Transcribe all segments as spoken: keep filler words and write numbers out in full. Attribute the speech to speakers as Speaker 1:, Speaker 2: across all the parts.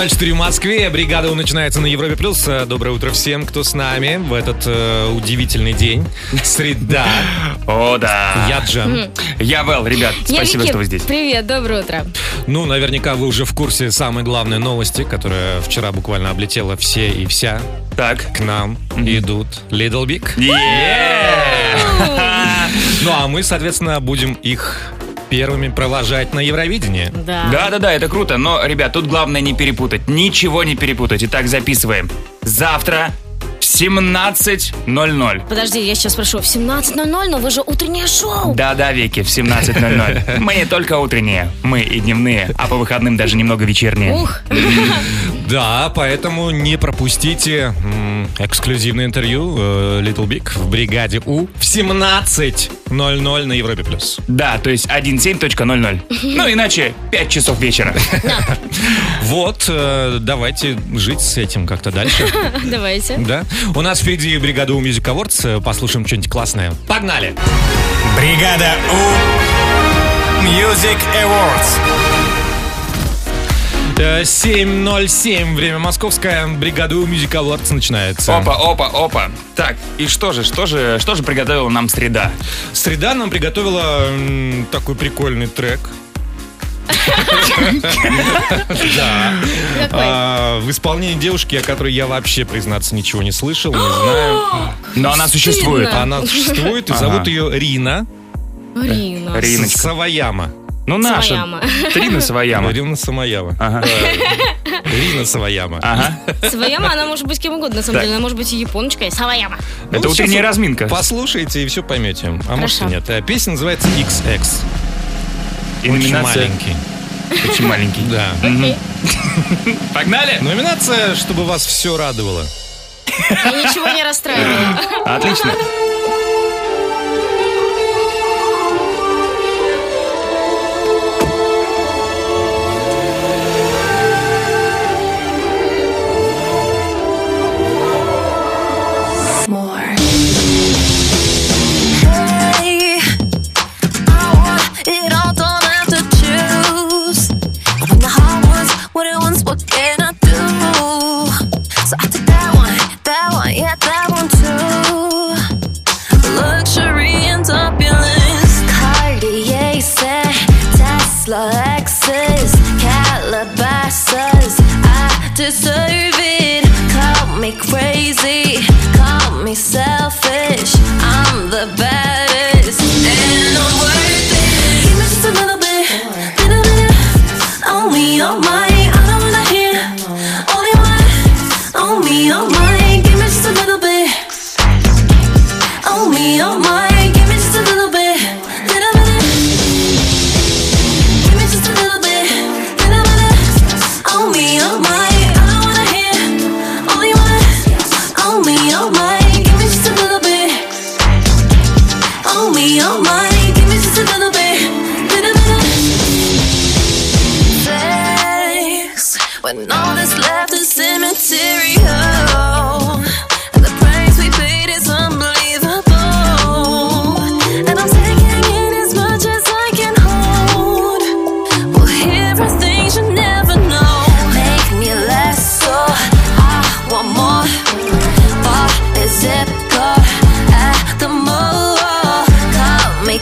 Speaker 1: ноль четыре в Москве. Бригада У начинается на Европе плюс. Доброе утро всем, кто с нами в этот э, удивительный день. Среда.
Speaker 2: О, да.
Speaker 1: Я Джем.
Speaker 2: Я Вэл, ребят, спасибо,
Speaker 3: Вики,
Speaker 2: что вы здесь.
Speaker 3: Привет, доброе утро.
Speaker 1: Ну, наверняка вы уже в курсе самой главной новости, которая вчера буквально облетела все и вся.
Speaker 2: Так.
Speaker 1: К нам идут Little Big. Ну, а мы, соответственно, будем их первыми провожать на Евровидение.
Speaker 3: Да.
Speaker 2: Да-да-да, это круто, но, ребят, тут главное не перепутать. Ничего не перепутать. Итак, записываем. Завтра в семнадцать ноль ноль.
Speaker 3: Подожди, я сейчас спрошу. В семнадцать ноль ноль, но вы же утреннее шоу.
Speaker 2: Да-да, Вики, в семнадцать ноль ноль. Мы не только утренние, мы и дневные, а по выходным даже немного вечерние.
Speaker 3: Ух.
Speaker 1: Да, поэтому не пропустите м, эксклюзивное интервью э, Little Big в бригаде У в семнадцать ноль ноль на Европе плюс.
Speaker 2: Да, то есть семнадцать точка ноль ноль. Ну, иначе пять часов вечера.
Speaker 1: Вот, э, давайте жить с этим как-то дальше.
Speaker 3: Давайте.
Speaker 1: Да. У нас впереди бригада У Music Awards. Послушаем что-нибудь классное. Погнали!
Speaker 4: Бригада У Music Awards.
Speaker 1: семь ноль семь, время московское. Бригада У Music Awards начинается.
Speaker 2: Опа, опа, опа. Так, и что же, что же, что же приготовила нам среда?
Speaker 1: Среда нам приготовила м, такой прикольный трек. Да. А, в исполнении девушки, о которой я вообще, признаться, ничего не слышал, не знаю.
Speaker 2: Но она существует.
Speaker 1: Она существует, и зовут ее Рина.
Speaker 3: Рина.
Speaker 2: Риночка.
Speaker 1: Саваяма.
Speaker 2: Ну, наша.
Speaker 3: Саваяма.
Speaker 2: Рина Саваяма.
Speaker 1: Рина Самаяма.
Speaker 2: Ага.
Speaker 1: Рина Саваяма.
Speaker 2: Ага.
Speaker 3: Саваяма, она может быть кем угодно, на самом
Speaker 2: Так.
Speaker 3: деле. Она может быть и японочкой. Саваяма.
Speaker 2: Это
Speaker 1: Ну,
Speaker 2: утренняя
Speaker 1: сейчас
Speaker 2: разминка.
Speaker 1: Послушайте, и все поймете. А может и
Speaker 3: Хорошо.
Speaker 1: нет. А Песня называется икс экс.
Speaker 2: И
Speaker 1: Очень
Speaker 2: номинация-
Speaker 1: маленький.
Speaker 2: Очень маленький.
Speaker 1: Да.
Speaker 3: Окей.
Speaker 2: Погнали?
Speaker 1: Номинация, чтобы вас все радовало.
Speaker 3: Я ничего не расстраиваю.
Speaker 2: Отлично.
Speaker 5: Hey, I want it all, don't have to choose. When the heart wants what it wants, what can I do? So I take that one, that one, yeah, that one too. Luxury and opulence, Cartier set, Tesla, Lexus, Calabasas. I deserve it. Call me crazy, call me selfish. I'm the baddest, and I'm worth it. Give me just a little bit, little bit. Only on my, I don't wanna hear. Only one, only on my. Give me just a little bit. Only on my. Give me just a little bit, little bit. Give me just a little bit, little bit. Only on my. I don't wanna hear. Only one, only on my. Give me just a little bit. Only on my. Give me just a little bit, little bit. Sex, when all that's left is immaterial, and the price we paid is unbelievable. And I'm taking in as much as I can hold. Well, here are things you never know. Make me less so I want more. Bar is zip car at the mall. Call me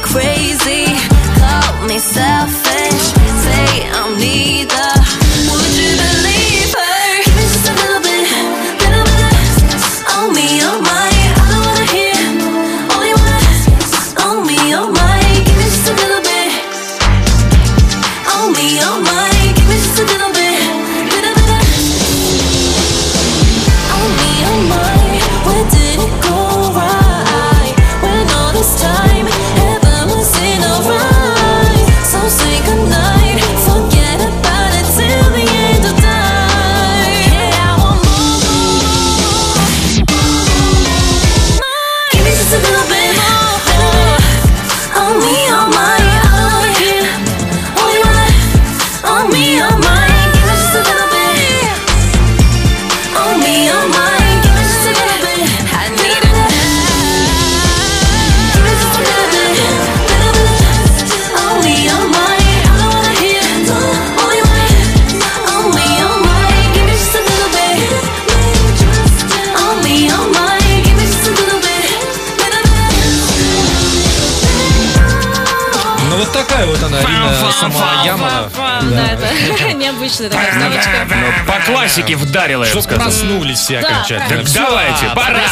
Speaker 1: вот такая вот она, Арина Самоямова.
Speaker 3: Да, это необычная такая вставочка.
Speaker 2: Ну, по классике вдарила, я бы
Speaker 1: Чтоб
Speaker 2: сказал.
Speaker 1: проснулись все
Speaker 3: Да,
Speaker 1: окончательно.
Speaker 3: правильно.
Speaker 1: Всё,
Speaker 2: Давайте, пора!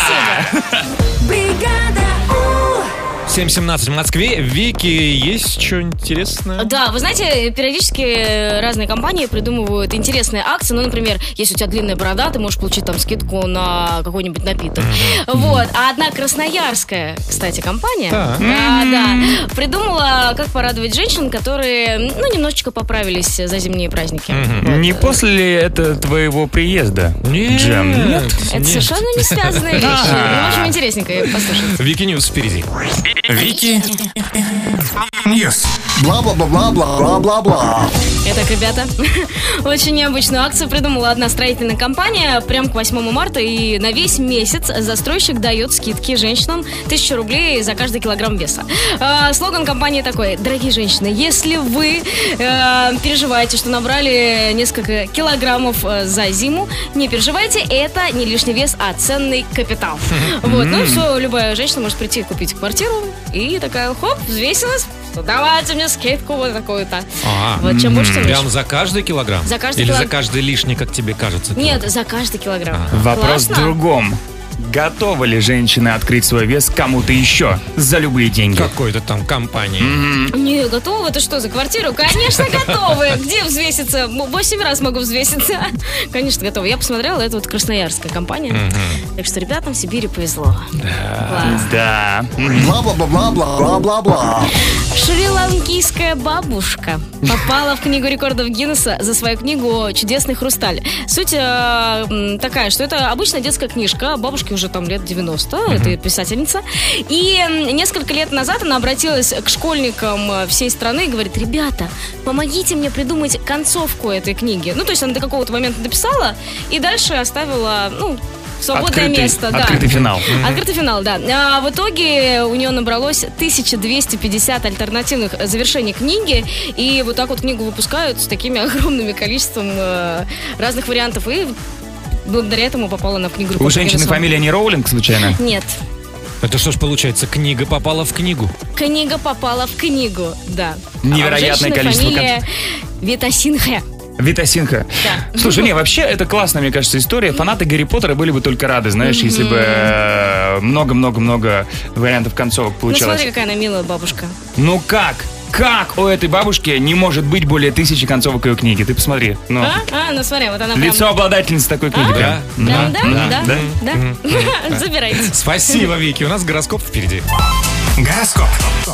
Speaker 5: Бригада У.
Speaker 1: семь семнадцать в Москве. Вики, есть что интересное?
Speaker 3: Да, вы знаете, периодически разные компании придумывают интересные акции. Ну, например, если у тебя длинная борода, ты можешь получить там скидку на какой-нибудь напиток. Вот. А одна красноярская, кстати, компания,
Speaker 1: Так.
Speaker 3: да, да, придумала, как порадовать женщин, которые, ну, немножечко поправились за зимние праздники. Вот.
Speaker 2: Не после ли это твоего приезда,
Speaker 1: Нет.
Speaker 2: Джем? Нет?
Speaker 3: Это
Speaker 1: Нет.
Speaker 3: совершенно не связанные вещи. Ну, в общем, интересненько послушать.
Speaker 1: Вики Ньюс впереди.
Speaker 4: Вики Ньюс.
Speaker 6: Бла-бла-бла-бла-бла-бла-бла.
Speaker 3: Итак, ребята, очень необычную акцию придумала одна строительная компания прям к восьмому марта, и на весь месяц застройщик дает скидки женщинам тысячу рублей за каждый килограмм веса. А, слоган компании такой: дорогие женщины, если вы э, переживаете, что набрали несколько килограммов э, за зиму, не переживайте, это не лишний вес, а ценный капитал. Вот, ну и все, любая женщина может прийти и купить квартиру, и такая, хоп, взвесилась, давайте мне скидку вот такую-то.
Speaker 1: А,
Speaker 3: Вот, чем больше, тем лучше.
Speaker 1: Прям за каждый килограмм?
Speaker 3: За каждый
Speaker 1: Или
Speaker 3: килог-
Speaker 1: за каждый лишний, как тебе кажется?
Speaker 3: Нет,
Speaker 1: килограмм?
Speaker 3: за каждый килограмм.
Speaker 2: Вопрос
Speaker 3: Классно?
Speaker 2: в другом. Готовы ли женщины открыть свой вес кому-то еще за любые деньги?
Speaker 1: Какой-то там компании.
Speaker 3: Не, готовы? Ты что, за квартиру? Конечно, готовы. Где взвеситься? М- Восемь раз могу взвеситься. Конечно, готовы. Я посмотрела, это вот красноярская компания. Так что ребятам в Сибири повезло. Класс.
Speaker 2: Да.
Speaker 6: Бла-бла-бла-бла-бла-бла-бла.
Speaker 3: Шри-ланкийская бабушка попала в книгу рекордов Гиннесса за свою книгу «Чудесный хрусталь». Суть э, м, такая, что это обычная детская книжка. Бабушке уже там лет девяносто, это писательница. И м, несколько лет назад она обратилась к школьникам э, всей страны и говорит: ребята, помогите мне придумать концовку этой книги. Ну, то есть она до какого-то момента дописала и дальше оставила, ну, свободное
Speaker 2: Открытый-
Speaker 3: место. Да.
Speaker 2: открытый финал.
Speaker 3: Открытый финал, да. А в итоге у нее набралось тысяча двести пятьдесят альтернативных завершений книги. И вот так вот книгу выпускают с такими огромным количеством э, разных вариантов. И благодаря этому попала на книгу
Speaker 2: У
Speaker 3: рекордов
Speaker 2: женщины
Speaker 3: Гиннесса.
Speaker 2: фамилия не Роулинг, случайно?
Speaker 3: Нет.
Speaker 1: Это что ж получается, книга попала в книгу?
Speaker 3: Книга попала в книгу, да.
Speaker 2: Невероятное
Speaker 3: а у женщины
Speaker 2: количество
Speaker 3: фамилия Витасинхэ.
Speaker 2: Вита Синха.
Speaker 3: Да.
Speaker 2: Слушай, не, вообще это классная, мне кажется, история. Фанаты Гарри Поттера были бы только рады, знаешь, если бы э, много-много-много вариантов концовок
Speaker 3: Ну
Speaker 2: получалось.
Speaker 3: смотри, какая она милая бабушка.
Speaker 2: Ну как? Как у этой бабушки не может быть более тысячи концовок ее книги? Ты посмотри. Ну,
Speaker 3: А? А, ну смотри, вот она прям...
Speaker 2: лицо обладательницы такой книги.
Speaker 3: А?
Speaker 2: прям.
Speaker 3: Прям, да,
Speaker 2: да,
Speaker 3: да,
Speaker 2: да.
Speaker 3: да. Забирайте.
Speaker 1: Спасибо, Вики. У нас гороскоп впереди.
Speaker 4: Гороскоп.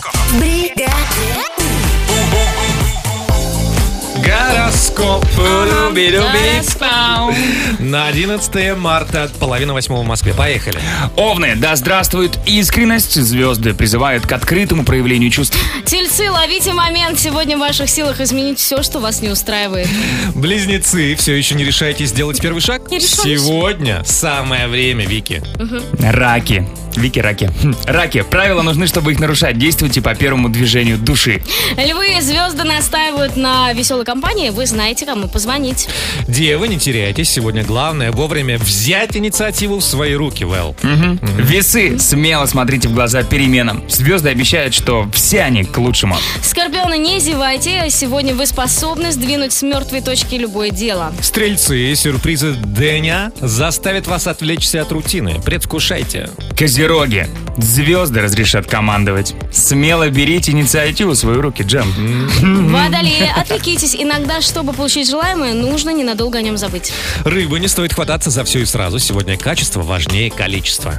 Speaker 1: Гороскоп.
Speaker 3: Гороскоп.
Speaker 1: На одиннадцатое марта, половина восьмого в Москве. Поехали.
Speaker 2: Овны, да здравствует искренность. Звезды призывают к открытому проявлению чувств.
Speaker 3: Тельцы, ловите момент. Сегодня в ваших силах изменить все, что вас не устраивает.
Speaker 1: Близнецы, все еще не решаете сделать первый шаг?
Speaker 3: Не решаюсь.
Speaker 1: Сегодня самое время, Вики.
Speaker 2: Раки. Вики, раки. Хм. Раки. Правила нужны, чтобы их нарушать. Действуйте по первому движению души.
Speaker 3: Львы, звезды настаивают на веселой компании. Вы знаете, кому позвонить.
Speaker 1: Девы, не теряйтесь. Сегодня главное вовремя взять инициативу в свои руки, Вэл.
Speaker 2: Весы. Смело смотрите в глаза переменам. Звезды обещают, что все они к лучшему.
Speaker 3: Скорпионы, не зевайте. Сегодня вы способны сдвинуть с мертвой точки любое дело.
Speaker 1: Стрельцы, сюрпризы дня заставят вас отвлечься от рутины. Предвкушайте.
Speaker 2: Козероги. Звезды разрешат командовать. Смело берите инициативу в свои руки, Джем.
Speaker 3: Водолеи, отвлекитесь. Иногда, чтобы получить желаемое, нужно ненадолго о нем забыть.
Speaker 1: Рыбы, не стоит хвататься за все и сразу. Сегодня качество важнее количества.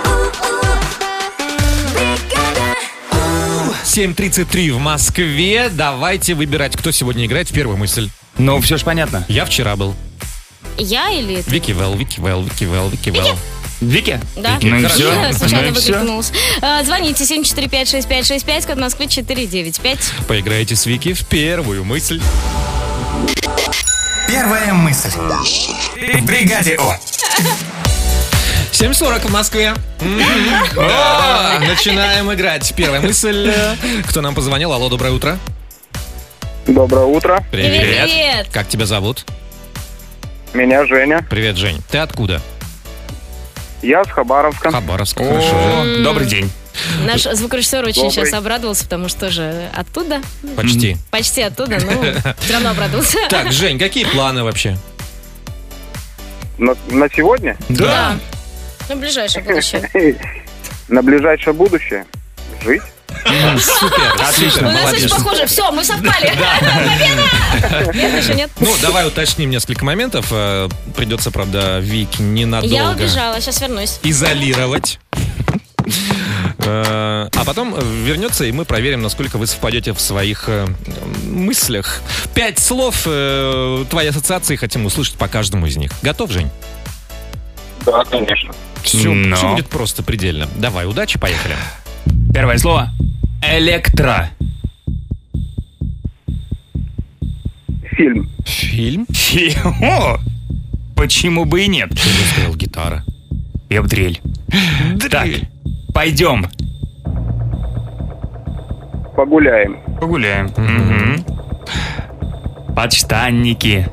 Speaker 1: семь тридцать три в Москве. Давайте выбирать, кто сегодня играет в первую мысль.
Speaker 2: Ну, все ж понятно.
Speaker 1: Я вчера был.
Speaker 3: Я или ты?
Speaker 1: Вики Вэл, Вики Вэл, Вики Вэл, Вики Вэл.
Speaker 2: Вики?
Speaker 3: Да?
Speaker 2: Ну и
Speaker 1: Хорошо.
Speaker 2: все.
Speaker 3: Я случайно
Speaker 2: Ну и всё.
Speaker 3: выкрикнулась. А, Звоните семь четыре пять шесть пять шесть пять, код Москвы четыре девять пять.
Speaker 1: Поиграйте с Вики в первую мысль.
Speaker 4: Первая мысль. В бригаде У.
Speaker 1: семь сорок в Москве. Мгм. О, начинаем играть. Первая мысль. Кто нам позвонил? Алло, доброе утро.
Speaker 7: Доброе утро.
Speaker 3: Привет, привет.
Speaker 1: Как тебя зовут?
Speaker 7: Меня Женя.
Speaker 1: Привет, Жень. Ты откуда?
Speaker 7: Я с Хабаровска.
Speaker 1: Хабаровск.
Speaker 2: О,
Speaker 1: Хорошо.
Speaker 2: добрый день.
Speaker 3: Наш звукорежиссер очень
Speaker 7: Добрый.
Speaker 3: сейчас обрадовался, потому что тоже оттуда.
Speaker 1: Почти.
Speaker 3: Почти оттуда, но все равно обрадовался.
Speaker 1: Так, Жень, какие планы вообще?
Speaker 7: На, на сегодня?
Speaker 3: Да. Ну, ближайшее будущее.
Speaker 7: На ближайшее будущее? Жить?
Speaker 1: Супер,
Speaker 3: У
Speaker 1: отлично,
Speaker 3: нас очень
Speaker 1: молодец.
Speaker 3: похоже. Все, мы совпали. Победа! Нет, еще нет.
Speaker 1: Ну, давай уточним несколько моментов. Э, Придется, правда, Вики ненадолго
Speaker 3: Я убежала, сейчас вернусь.
Speaker 1: изолировать. Э, А потом вернется, и мы проверим, насколько вы совпадете в своих э, мыслях. Пять слов э, твоей ассоциации хотим услышать по каждому из них. Готов, Жень?
Speaker 7: Да, конечно.
Speaker 1: Все,
Speaker 2: Но.
Speaker 1: все будет просто предельно. Давай, удачи, поехали.
Speaker 2: Первое слово. Электро.
Speaker 7: Фильм.
Speaker 1: Фильм?
Speaker 2: Фи- О, почему бы и нет?
Speaker 1: Ты же сказал гитара.
Speaker 2: Я в дрель. Так, пойдем.
Speaker 7: Погуляем.
Speaker 2: Погуляем. Мгм. Подштанники.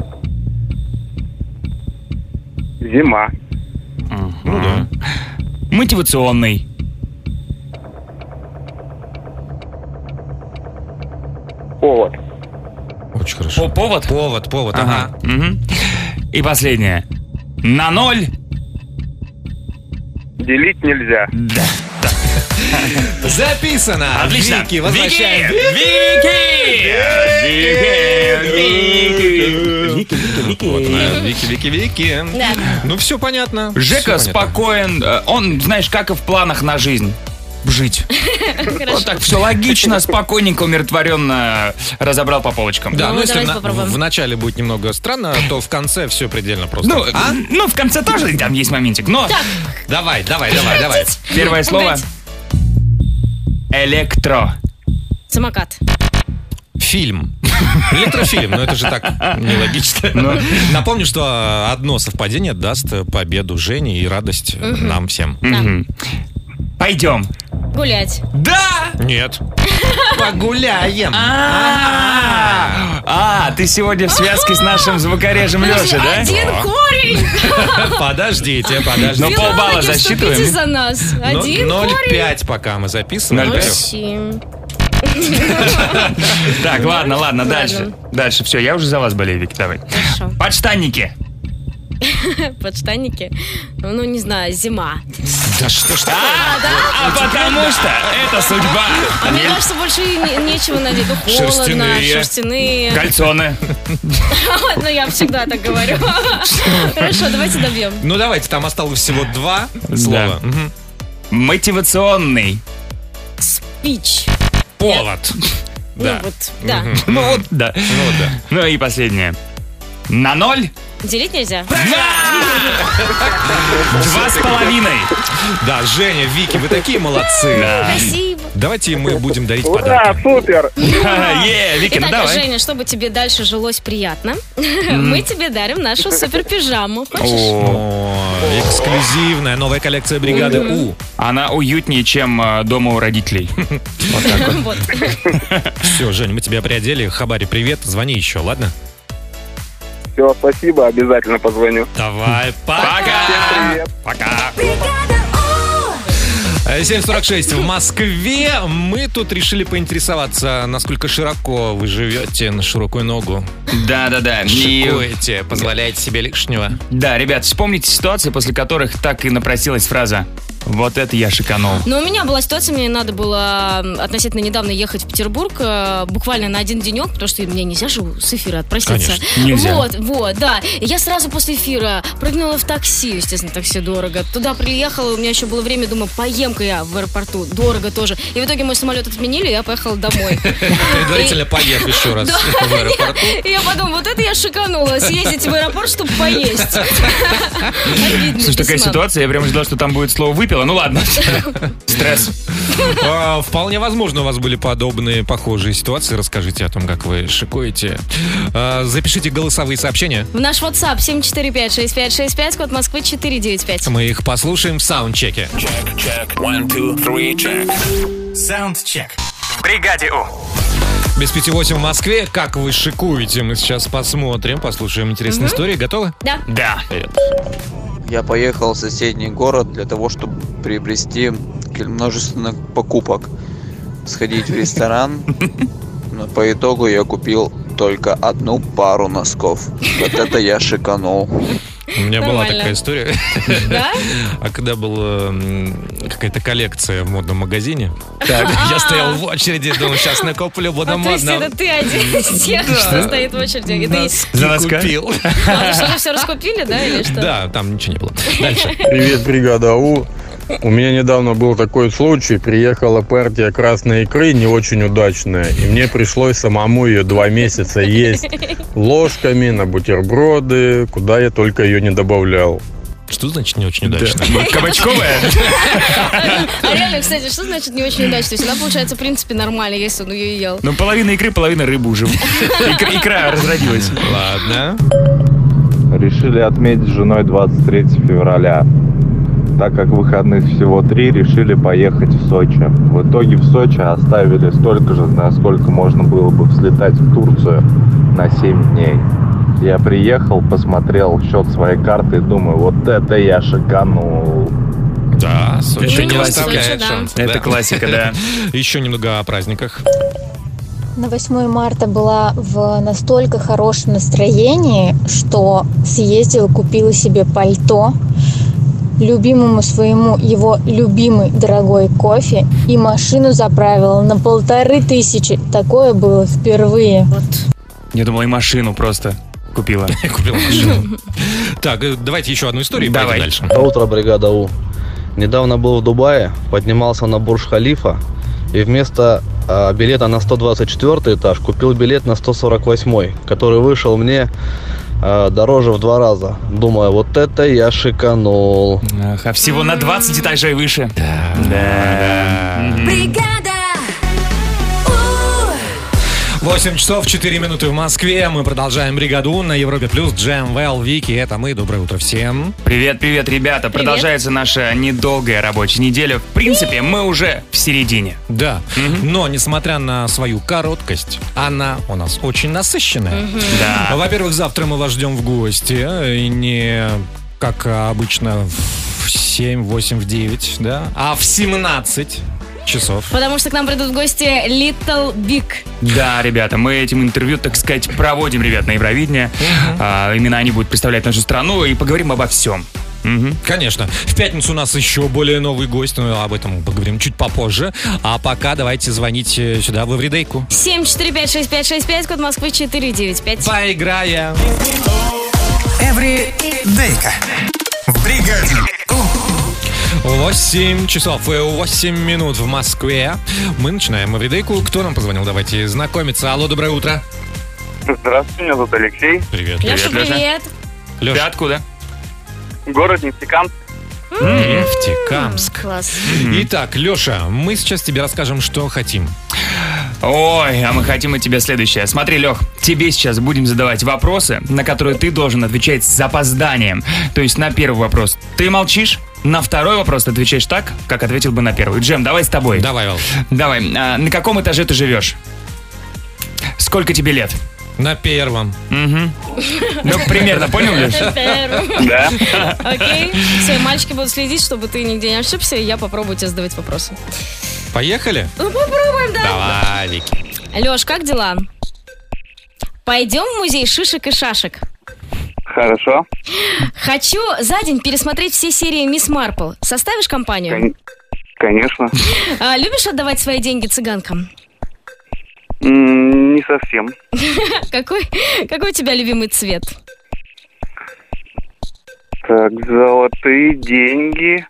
Speaker 7: Зима.
Speaker 1: Ну да.
Speaker 2: Мотивационный.
Speaker 7: Повод.
Speaker 1: Очень хорошо.
Speaker 2: По- Повод?
Speaker 1: Повод, повод,
Speaker 2: Ага.
Speaker 1: ага.
Speaker 2: Мгм. И последнее. На ноль.
Speaker 7: Делить нельзя.
Speaker 2: Да.
Speaker 1: Записано.
Speaker 2: Отлично.
Speaker 1: Вики, возвращаем.
Speaker 2: Вики! Вики!
Speaker 1: Вот, да, Вики, Вики, Вики.
Speaker 3: Да.
Speaker 1: Ну, все понятно.
Speaker 2: Жека
Speaker 1: Всё понятно.
Speaker 2: спокоен. э, Он, знаешь, как и в планах на жизнь. Жить. Вот так все логично, спокойненько, умиротворенно разобрал по полочкам.
Speaker 1: Да,
Speaker 3: Ну,
Speaker 1: ну если
Speaker 3: давайте
Speaker 1: на-
Speaker 3: попробуем.
Speaker 1: в начале будет немного странно, то в конце все предельно просто.
Speaker 2: Ну,
Speaker 1: А?
Speaker 2: ну, в конце тоже там есть моментик. Но
Speaker 1: Давай, давай, давай, давай.
Speaker 2: первое слово. Электро.
Speaker 3: Самокат.
Speaker 1: Фильм. Электрофильм, но это же так нелогично. Напомню, что одно совпадение даст победу Жене и радость нам всем.
Speaker 2: Мгм. Пойдем.
Speaker 3: Гулять.
Speaker 2: Да!
Speaker 1: Нет. Погуляем.
Speaker 2: А, А, ты сегодня в связке с нашим звукорежем
Speaker 3: Подожди,
Speaker 2: Лешей, да?
Speaker 3: один корень!
Speaker 1: Подождите, подождите.
Speaker 2: Ну, полбалла
Speaker 3: Филологи
Speaker 2: засчитываем.
Speaker 3: вступите за нас. Один
Speaker 1: ноль
Speaker 3: корень.
Speaker 1: пять пока мы записываем.
Speaker 2: ноль
Speaker 3: Ноль
Speaker 2: пять.
Speaker 3: семь.
Speaker 2: Так, ладно, ладно,
Speaker 3: Ладно.
Speaker 2: дальше. Дальше, все, я уже за вас болею, Вики, давай.
Speaker 3: Хорошо.
Speaker 2: Подштанники.
Speaker 3: Подштанники. Ну, не знаю, зима.
Speaker 1: Да что ж
Speaker 2: А, а потому что это судьба.
Speaker 3: А мне кажется, больше и не- нечего надеть. Ну, холодно,
Speaker 2: Шерстяные.
Speaker 3: шерстяные.
Speaker 2: Кальсоны.
Speaker 3: Ну, я всегда так говорю. Хорошо, давайте добьем.
Speaker 1: Ну давайте, там осталось всего два слова. Мгм.
Speaker 2: Мотивационный.
Speaker 3: Спич.
Speaker 1: Повод.
Speaker 3: Ну,
Speaker 1: Да.
Speaker 3: вот, да.
Speaker 2: Ну вот, да.
Speaker 1: Ну вот да.
Speaker 2: Ну и последнее. На ноль.
Speaker 3: Делить нельзя.
Speaker 2: Два с половиной.
Speaker 1: Да, Женя, Вики, вы такие молодцы.
Speaker 3: Спасибо.
Speaker 1: Давайте мы будем дарить
Speaker 7: Ура,
Speaker 1: подарки.
Speaker 7: супер!
Speaker 2: Е, Вики, ну
Speaker 3: Итак,
Speaker 2: давай.
Speaker 3: Женя, чтобы тебе дальше жилось приятно, мы тебе дарим нашу супер пижаму. Хочешь?
Speaker 2: О,
Speaker 1: О, эксклюзивная новая коллекция бригады У.
Speaker 2: она уютнее, чем э, дома у родителей. Вот так вот.
Speaker 3: Вот.
Speaker 1: Все, Жень, мы тебя приодели. Хабари, привет. Звони еще, ладно?
Speaker 7: Все, спасибо, обязательно позвоню.
Speaker 1: Давай, пока.
Speaker 7: Привет.
Speaker 1: Пока. семь сорок шесть в Москве. Мы тут решили поинтересоваться, насколько широко вы живете на широкую ногу.
Speaker 2: Да-да-да. И-
Speaker 1: Шикуете, позволяете себе лишнего.
Speaker 2: Да, ребят, вспомните ситуации, после которых так и напросилась фраза «Вот это я шиканул».
Speaker 3: Но у меня была ситуация, мне надо было м, относительно недавно ехать в Петербург, э, буквально на один денек, потому что мне нельзя же с эфира отпроситься.
Speaker 1: Конечно,
Speaker 2: нельзя.
Speaker 3: Вот, вот, да. И я сразу после эфира прыгнула в такси, естественно, такси дорого. Туда приехала, у меня еще было время, думаю, поем-ка я в аэропорту, дорого тоже. И в итоге мой самолет отменили, и я поехала домой.
Speaker 1: Предварительно поев еще раз в аэропорту.
Speaker 3: И я подумала, вот это я шиканула, съездить в аэропорт, чтобы поесть. Обидно,
Speaker 2: Слушай, такая
Speaker 3: весьма.
Speaker 2: ситуация, я прям ждал, что там будет слово «выпила». Ну ладно. Стресс.
Speaker 1: А, Вполне возможно, у вас были подобные, похожие ситуации. Расскажите о том, как вы шикуете. А, Запишите голосовые сообщения.
Speaker 3: В наш WhatsApp семь четыре пять шесть пять шесть пять, код Москвы четыре девять пять.
Speaker 1: Мы их послушаем в саундчеке.
Speaker 4: Саундчек. В бригаде У.
Speaker 1: Без пяти восемь в Москве. Как вы шикуете? Мы сейчас посмотрим, послушаем интересные истории. Готовы?
Speaker 3: Да.
Speaker 2: Да.
Speaker 6: Я поехал в соседний город для того, чтобы приобрести множественных покупок. Сходить в ресторан, но по итогу я купил только одну пару носков. Вот это я шиканул.
Speaker 1: У меня была
Speaker 3: Нормально.
Speaker 1: такая история.
Speaker 3: Да?
Speaker 1: А когда была м, какая-то коллекция в модном магазине, так, я стоял в очереди, думал, сейчас накоплю, буду
Speaker 3: А то есть
Speaker 1: модно.
Speaker 3: это ты один из тех, кто стоит в очереди. И ты...
Speaker 2: За носка?
Speaker 1: Купил.
Speaker 3: А, вы что-то все раскупили, да, или что?
Speaker 1: Да, там ничего не было. Дальше.
Speaker 8: Привет, бригада У. У меня недавно был такой случай. Приехала партия красной икры, не очень удачная. И мне пришлось самому ее два месяца есть ложками на бутерброды, куда я только ее не добавлял.
Speaker 1: Что значит не очень удачно?
Speaker 2: Кабачковая?
Speaker 3: А реально, кстати, что значит не очень удачно? То есть она, получается, в принципе, нормально, если он ее ел.
Speaker 2: Ну, половина икры, половина рыбы уже. Икра, икра разродилась.
Speaker 1: Ладно.
Speaker 9: Решили отметить с женой двадцать третьего февраля. Так как выходных всего три, решили поехать в Сочи. В итоге в Сочи оставили столько же, насколько можно было бы взлетать в Турцию на семь дней. Я приехал, посмотрел счет своей карты и думаю, вот это я шиканул.
Speaker 1: Да, Сочи
Speaker 2: Это
Speaker 1: не
Speaker 2: классика.
Speaker 1: оставляет
Speaker 3: Сочи, да.
Speaker 1: шанса.
Speaker 2: Это классика, да.
Speaker 1: Еще немного о праздниках.
Speaker 10: На восьмое марта была в настолько хорошем настроении, что съездила, купила себе пальто, любимому своему его любимый дорогой кофе и машину заправила на полторы тысячи. Такое было впервые.
Speaker 2: Я думал, и машину просто купила.
Speaker 1: Купил машину. Так, э, давайте еще одну историю и
Speaker 2: Давай.
Speaker 1: пойдем дальше.
Speaker 11: Доброе утро, бригада У. Недавно был в Дубае, поднимался на Бурдж-Халифа и вместо а, билета на сто двадцать четвёртый этаж купил билет на сто сорок восьмой, который вышел мне а, дороже в два раза. Думаю, вот это я шиканул.
Speaker 2: Ах, а всего на двадцать этажей выше. Да. Да.
Speaker 1: восемь часов четыре минуты в Москве. Мы продолжаем бригаду на Европе Плюс. Джем, Вэл, Вики, это мы. Доброе утро всем.
Speaker 2: Привет, привет, ребята.
Speaker 3: Привет.
Speaker 2: Продолжается наша недолгая рабочая неделя. В принципе, мы уже в середине.
Speaker 1: Да, но несмотря на свою короткость, она у нас очень насыщенная.
Speaker 2: Да.
Speaker 1: Во-первых, завтра мы вас ждем в гости. И не как обычно в семь, восемь, в девять, да, а в семнадцать часов.
Speaker 3: Потому что к нам придут в гости Little Big.
Speaker 2: Да, ребята, мы этим интервью, так сказать, проводим, ребят, на Евровидение. А, именно они будут представлять нашу страну и поговорим обо всем. Мгм.
Speaker 1: Конечно. В пятницу у нас еще более новый гость, но об этом поговорим чуть попозже. А пока давайте звонить э, сюда, в Эвридейку.
Speaker 3: семь четыре пять шесть пять шесть пять, код Москвы четыре девять пять.
Speaker 1: Поиграем.
Speaker 4: Эвридейка. В бригаде.
Speaker 1: восемь часов и восемь минут в Москве. Мы начинаем Эвридейку. Кто нам позвонил? Давайте знакомиться. Алло, доброе утро.
Speaker 7: Здравствуйте, меня зовут Алексей.
Speaker 1: Привет.
Speaker 3: Леша,
Speaker 2: Леша.
Speaker 3: привет.
Speaker 2: Ты
Speaker 1: Леша.
Speaker 2: откуда?
Speaker 7: Город Нефтекамск.
Speaker 1: Нефтекамск.
Speaker 3: Класс.
Speaker 1: Итак, Леша, мы сейчас тебе расскажем, что хотим.
Speaker 2: Ой, а мы хотим от тебя следующее. Смотри, Лех, тебе сейчас будем задавать вопросы, на которые ты должен отвечать с запозданием. То есть на первый вопрос ты молчишь, на второй вопрос ты отвечаешь так, как ответил бы на первый. Джем, давай с тобой.
Speaker 1: Давай, Вал.
Speaker 2: Давай, а, на каком этаже ты живешь? Сколько тебе лет?
Speaker 1: На первом.
Speaker 2: Угу. Ну, примерно, понял, Леш?
Speaker 7: Да.
Speaker 3: Окей. Все, мальчики будут следить, чтобы ты нигде не ошибся, и я попробую тебе задавать вопросы.
Speaker 1: Поехали?
Speaker 3: Ну, попробуем, да.
Speaker 1: Давай, Вики.
Speaker 3: Леш, как дела? Пойдем в музей шишек и шашек.
Speaker 7: Хорошо.
Speaker 3: Хочу за день пересмотреть все серии Мисс Марпл. Составишь компанию?
Speaker 7: Кон- Конечно.
Speaker 3: А, любишь отдавать свои деньги цыганкам?
Speaker 7: М, Не совсем.
Speaker 3: Какой, какой у тебя любимый цвет?
Speaker 7: Так, золотые деньги.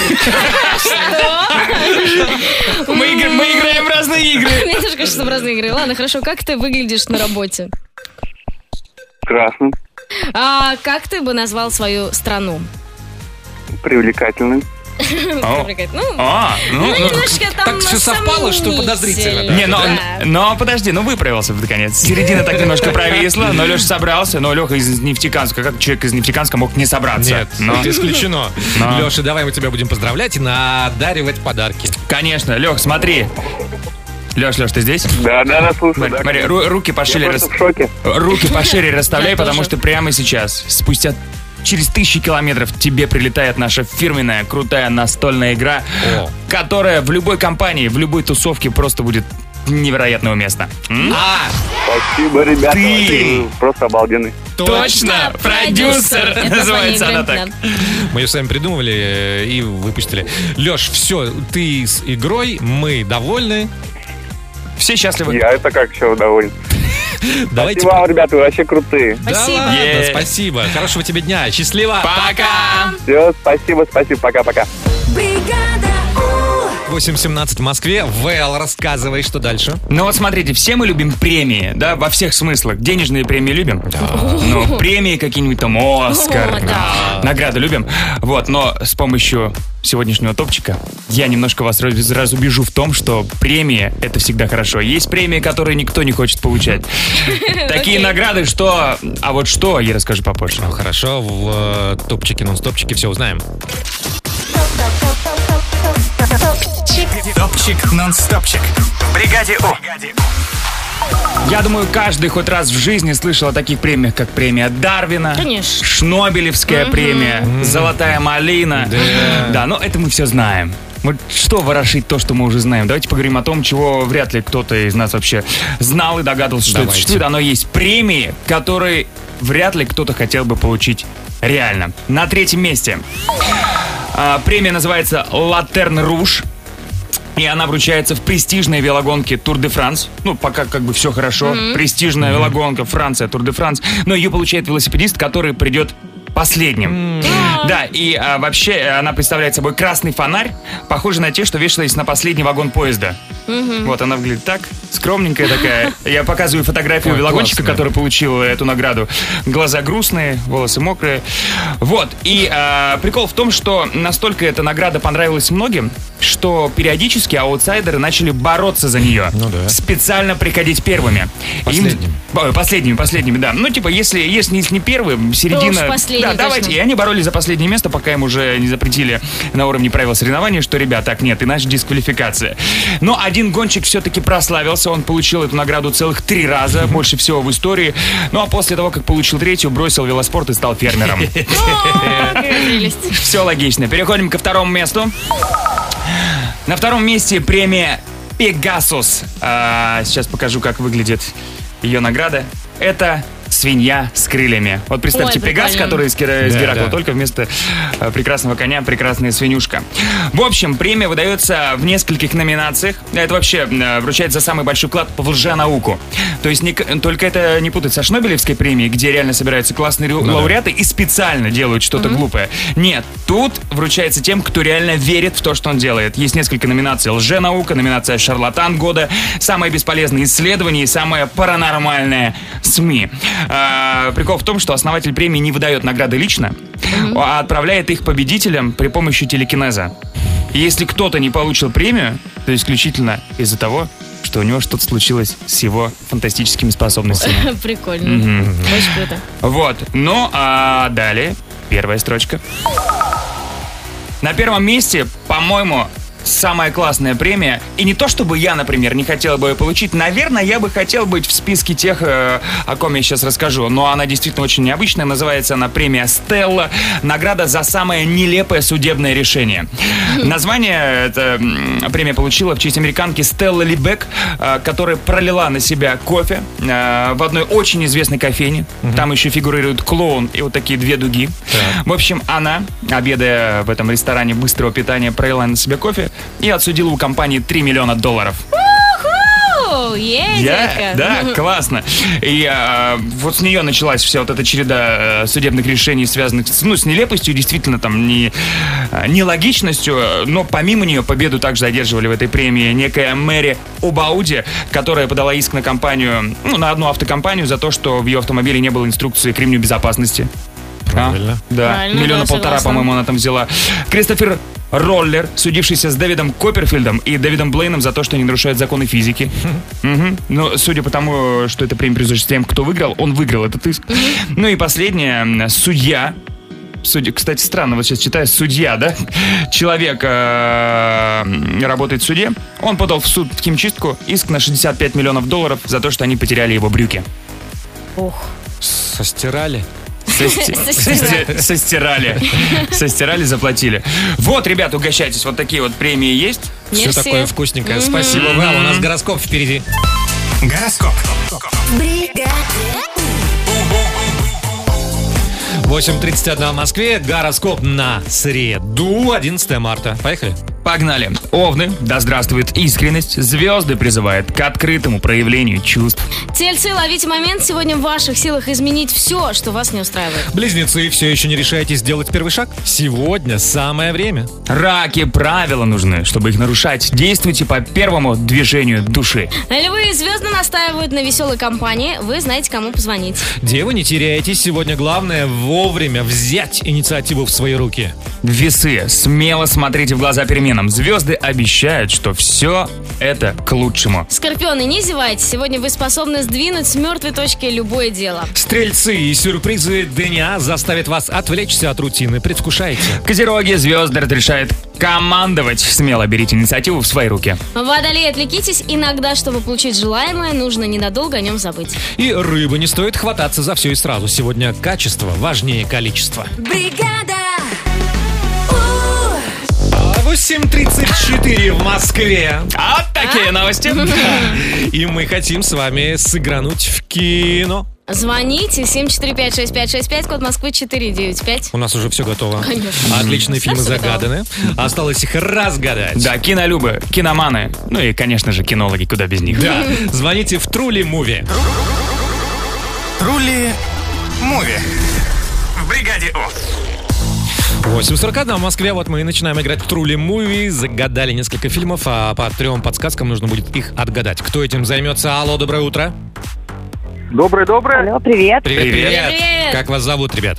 Speaker 2: Мы, игр- мы играем в разные игры.
Speaker 3: Мне тоже кажется, что в разные игры. Ладно, хорошо. Как ты выглядишь на работе?
Speaker 7: Красным.
Speaker 3: А как ты бы назвал свою страну?
Speaker 7: Привлекательным.
Speaker 2: О.
Speaker 3: Ну,
Speaker 2: А, ну,
Speaker 3: ну,
Speaker 2: ну,
Speaker 3: немножко там
Speaker 1: так всё совпало, что подозрительно, да.
Speaker 2: Не, ну,
Speaker 3: Да.
Speaker 2: но подожди, ну выправился наконец. Середина так немножко провисла, но Леша собрался. Но Леха из Нефтекамска, как человек из Нефтекамска мог не собраться?
Speaker 1: Нет,
Speaker 2: но...
Speaker 1: это исключено.
Speaker 2: Но.
Speaker 1: Леша, давай мы тебя будем поздравлять и надаривать подарки.
Speaker 2: Конечно, Лех, смотри. Леш, Леш, ты здесь?
Speaker 7: Да, да, да, слушаю.
Speaker 2: Смотри,
Speaker 7: да,
Speaker 2: смотри,
Speaker 7: конечно.
Speaker 2: ру- руки
Speaker 7: Я
Speaker 2: пошире,
Speaker 7: просто
Speaker 2: рас-
Speaker 7: в шоке.
Speaker 2: руки пошире расставляй,
Speaker 3: Я
Speaker 2: потому
Speaker 3: тоже.
Speaker 2: что прямо сейчас, спустя через тысячи километров тебе прилетает наша фирменная крутая настольная игра,
Speaker 1: О.
Speaker 2: которая в любой компании, в любой тусовке просто будет невероятно уместна. М?
Speaker 1: А,
Speaker 7: Спасибо, ребята.
Speaker 2: Ты.
Speaker 7: Вы просто обалденный.
Speaker 2: Точно, продюсер,
Speaker 3: Это
Speaker 2: называется
Speaker 3: название
Speaker 2: она так.
Speaker 3: игры, да.
Speaker 1: мы ее сами придумывали э, и выпустили. Леш, все, ты с игрой, мы довольны.
Speaker 2: Все счастливы.
Speaker 7: Я это как еще доволен.
Speaker 1: Давайте.
Speaker 7: Спасибо вам, ребята, вы вообще крутые.
Speaker 1: Да
Speaker 3: Спасибо.
Speaker 1: ладно,
Speaker 2: Е.
Speaker 1: спасибо. Хорошего тебе дня. Счастливо.
Speaker 2: Пока!
Speaker 7: Все, спасибо, спасибо, пока-пока.
Speaker 1: восемь семнадцать в Москве. ВЛ, рассказывай, что дальше.
Speaker 2: Ну вот смотрите, все мы любим премии, да, во всех смыслах. Денежные премии любим? Да. Ну, премии какие-нибудь там, Оскар,
Speaker 3: О, да.
Speaker 2: награды любим. Вот, но с помощью сегодняшнего топчика я немножко вас раз- разубежу в том, что премии — это всегда хорошо. Есть премии, которые никто не хочет получать. Такие
Speaker 3: Окей.
Speaker 2: награды, что... А вот что, я расскажу попозже.
Speaker 1: Ну, хорошо, в э, топчике, нон-стопчике все узнаем.
Speaker 4: Топчик, нон-стопчик. В бригаде У.
Speaker 2: Я думаю, каждый хоть раз в жизни слышал о таких премиях, как премия Дарвина,
Speaker 3: Конечно.
Speaker 2: Шнобелевская премия, Золотая малина.
Speaker 1: Да.
Speaker 2: Да, но это мы все знаем. Вот что ворошить то, что мы уже знаем? Давайте поговорим о том, чего вряд ли кто-то из нас вообще знал и догадывался, что
Speaker 1: Давайте.
Speaker 2: это существует. Оно есть премии, которые вряд ли кто-то хотел бы получить реально. На третьем месте. А, премия называется «Латерн Руж». И она вручается в престижной велогонке Тур де Франс. Ну, пока как бы все хорошо. Престижная велогонка, Франция, Тур де Франс. Но ее получает велосипедист, который придет последним. Да, и а, вообще она представляет собой красный фонарь, похожий на те, что вешались на последний вагон поезда. Вот она выглядит так, скромненькая такая. Я показываю фотографию
Speaker 1: Ой,
Speaker 2: велогонщика,
Speaker 1: классно.
Speaker 2: который получил эту награду. Глаза грустные, волосы мокрые. Вот, и а, прикол в том, что настолько эта награда понравилась многим, что периодически аутсайдеры начали бороться за нее.
Speaker 1: Ну да.
Speaker 2: Специально приходить первыми.
Speaker 1: Последними.
Speaker 2: Им- Ой, последними, последними, да. Ну, типа, если, если, если не первые, середина...
Speaker 3: уж последний,
Speaker 2: да,
Speaker 3: точно.
Speaker 2: давайте. И они боролись за последнее место, пока им уже не запретили на уровне правил соревнований, что, ребят, так нет, иначе дисквалификация. Но один гонщик все-таки прославился, он получил эту награду целых три раза, больше всего в истории. Ну, а после того, как получил третью, бросил велоспорт и стал фермером.
Speaker 3: О, какая прелесть.
Speaker 2: Все логично. Переходим ко второму месту. На втором месте премия Пегасус. А, сейчас покажу, как выглядит ее награда. Это свинья с крыльями. Вот представьте,
Speaker 3: Ой,
Speaker 2: Пегас,
Speaker 3: прикольно.
Speaker 2: который из, Кира- из
Speaker 1: Да,
Speaker 2: Геракла,
Speaker 1: да.
Speaker 2: только вместо э, прекрасного коня прекрасная свинюшка. В общем, премия выдается в нескольких номинациях. Это вообще э, вручается за самый большой вклад в лженауку. То есть не к- только это не путать со Шнобелевской премией, где реально собираются классные рю-
Speaker 1: Ну да.
Speaker 2: лауреаты и специально делают что-то глупое. Нет, тут вручается тем, кто реально верит в то, что он делает. Есть несколько номинаций. Лженаука, номинация «Шарлатан года», самое бесполезное исследование и самое паранормальное СМИ. А, прикол в том, что основатель премии не выдает награды лично, а отправляет их победителям при помощи телекинеза. И если кто-то не получил премию, то исключительно из-за того, что у него что-то случилось с его фантастическими способностями.
Speaker 3: Прикольно. Очень круто.
Speaker 2: Вот, ну а далее первая строчка. На первом месте, по-моему, самая классная премия. И не то, чтобы я, например, не хотел бы ее получить. Наверное, я бы хотел быть в списке тех, э, о ком я сейчас расскажу. Но она действительно очень необычная. Называется она премия «Стелла». Награда за самое нелепое судебное решение. Название эта м, премия получила в честь американки Стеллы Либек, э, которая пролила на себя кофе э, в одной очень известной кофейне. Там еще фигурирует клоун и вот такие две дуги. В общем, она, обедая в этом ресторане быстрого питания, пролила на себя кофе и отсудила у компании три миллиона долларов.
Speaker 3: О, е,
Speaker 2: Я?
Speaker 3: детка.
Speaker 2: Да, классно. И а, вот с нее началась вся вот эта череда а, судебных решений, связанных с, ну, с нелепостью, действительно, там, не, а, нелогичностью. Но помимо нее победу также одерживали в этой премии некая Мэри Убауди, которая подала иск на компанию, ну, на одну автокомпанию за то, что в ее автомобиле не было инструкции к ремню безопасности.
Speaker 1: Правильно.
Speaker 2: А? Да,
Speaker 3: Правильно,
Speaker 2: миллиона
Speaker 3: да,
Speaker 2: полтора,
Speaker 3: согласна.
Speaker 2: по-моему, она там взяла. Кристофер Роллер, судившийся с Дэвидом Копперфильдом и Дэвидом Блейном за то, что они нарушают законы физики. Мгм. Но судя по тому, что эта премия присуща тем, кто выиграл, он выиграл этот иск. Ну и последнее, судья. Судья, кстати, странно, вот сейчас читаю, судья, да? Человек э, работает в суде. Он подал в суд в химчистку иск на шестьдесят пять миллионов долларов за то, что они потеряли его брюки.
Speaker 3: Ох.
Speaker 1: Состирали.
Speaker 2: Сости- сости- Состирали. Состирали, заплатили. Вот, ребят, угощайтесь. Вот такие вот премии есть.
Speaker 1: Все такое вкусненькое. Спасибо, Вэл. У нас гороскоп впереди.
Speaker 4: Гороскоп.
Speaker 1: восемь тридцать один в Москве. Гороскоп на среду, одиннадцатое марта. Поехали.
Speaker 2: Погнали. Овны, да здравствует искренность. Звезды призывают к открытому проявлению чувств.
Speaker 3: Тельцы, ловите момент. Сегодня в ваших силах изменить все, что вас не устраивает.
Speaker 1: Близнецы, все еще не решаете сделать первый шаг? Сегодня самое время.
Speaker 2: Раки, правила нужны, чтобы их нарушать. Действуйте по первому движению души.
Speaker 3: Львы, звезды настаивают на веселой компании. Вы знаете, кому позвонить.
Speaker 1: Девы, не теряйтесь. Сегодня главное вовремя взять инициативу в свои руки.
Speaker 2: Весы, смело смотрите в глаза переменам. Звезды обещают, что все это к лучшему.
Speaker 3: Скорпионы, не зевайте. Сегодня вы способны сдвинуть с мертвой точки любое дело.
Speaker 1: Стрельцы и сюрпризы дня заставят вас отвлечься от рутины. Предвкушайте.
Speaker 2: Козероги, звезды разрешают командовать. Смело берите инициативу в свои руки.
Speaker 3: Водолеи, отвлекитесь. Иногда, чтобы получить желаемое, нужно ненадолго о нем забыть.
Speaker 1: И рыбы, не стоит хвататься за все и сразу. Сегодня качество важнее количества.
Speaker 5: Бригада!
Speaker 1: восемь тридцать четыре в Москве.
Speaker 2: Вот такие новости.
Speaker 1: И мы хотим с вами сыгрануть в кино.
Speaker 3: Звоните семь четыре пять шесть пять шесть пять, код Москвы четыре девять пять.
Speaker 1: У нас уже все готово.
Speaker 3: Конечно.
Speaker 1: Отличные фильмы
Speaker 3: Совсем
Speaker 1: загаданы. Осталось их разгадать.
Speaker 2: Да, кинолюбы, киноманы. Ну и, конечно же, кинологи, куда без них.
Speaker 1: Да. Звоните в Трули Муви.
Speaker 4: Трули Муви. В бригаде У.
Speaker 1: восемь сорок один в Москве. Вот мы и начинаем играть в Трули Муви. Загадали несколько фильмов, а по трем подсказкам нужно будет их отгадать. Кто этим займется? Алло, доброе утро.
Speaker 7: Доброе-доброе.
Speaker 12: Алло, привет.
Speaker 1: Привет, привет.
Speaker 3: Привет.
Speaker 1: Как вас зовут, ребят?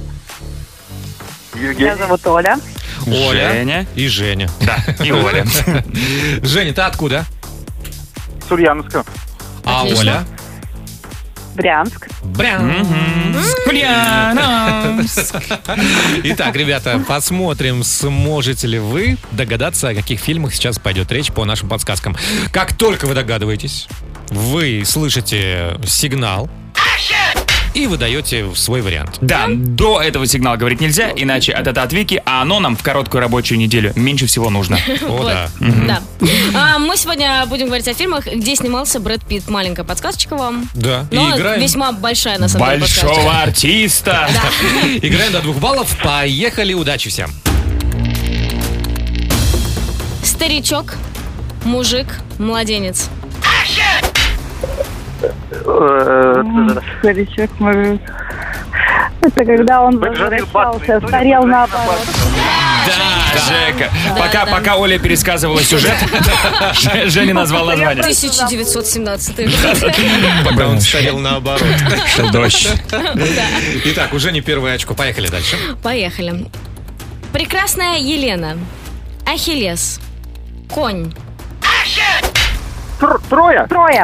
Speaker 12: Меня зовут Оля.
Speaker 1: Оля.
Speaker 2: Женя.
Speaker 1: И Женя.
Speaker 2: Да, и Оля.
Speaker 1: Женя, ты откуда?
Speaker 7: С Ульяновска.
Speaker 1: А
Speaker 3: Отлично.
Speaker 1: Оля?
Speaker 12: Брянск.
Speaker 1: Брянск.
Speaker 2: Ульяновск.
Speaker 1: Итак, ребята, посмотрим, сможете ли вы догадаться, о каких фильмах сейчас пойдет речь по нашим подсказкам. Как только вы догадываетесь, вы слышите сигнал и выдаете свой вариант.
Speaker 2: Да, до этого сигнала говорить нельзя, иначе от это от Вики, а оно нам в короткую рабочую неделю меньше всего нужно.
Speaker 1: О,
Speaker 3: Вот.
Speaker 1: да.
Speaker 3: Да. А, мы сегодня будем говорить о фильмах, где снимался Брэд Питт. Маленькая подсказочка вам.
Speaker 1: Да. И
Speaker 3: Но
Speaker 1: играем.
Speaker 3: весьма большая, на самом деле,
Speaker 2: Большого
Speaker 3: подсказочка.
Speaker 2: артиста.
Speaker 1: Играем до двух баллов. Поехали, удачи всем.
Speaker 3: Старичок, мужик, младенец.
Speaker 12: Старичок, мужик. Это когда он возвращался, старел наоборот.
Speaker 2: Да, Жека. Пока,
Speaker 3: да.
Speaker 2: пока Оля пересказывала сюжет, Ж- Женя назвал название.
Speaker 3: тысяча девятьсот семнадцатый.
Speaker 1: Пока он старел наоборот.
Speaker 2: Шел дождь.
Speaker 1: Итак, уже не первое очко. Поехали дальше.
Speaker 3: Поехали. Прекрасная Елена. Ахиллес. Конь.
Speaker 7: Трое.
Speaker 12: Трое.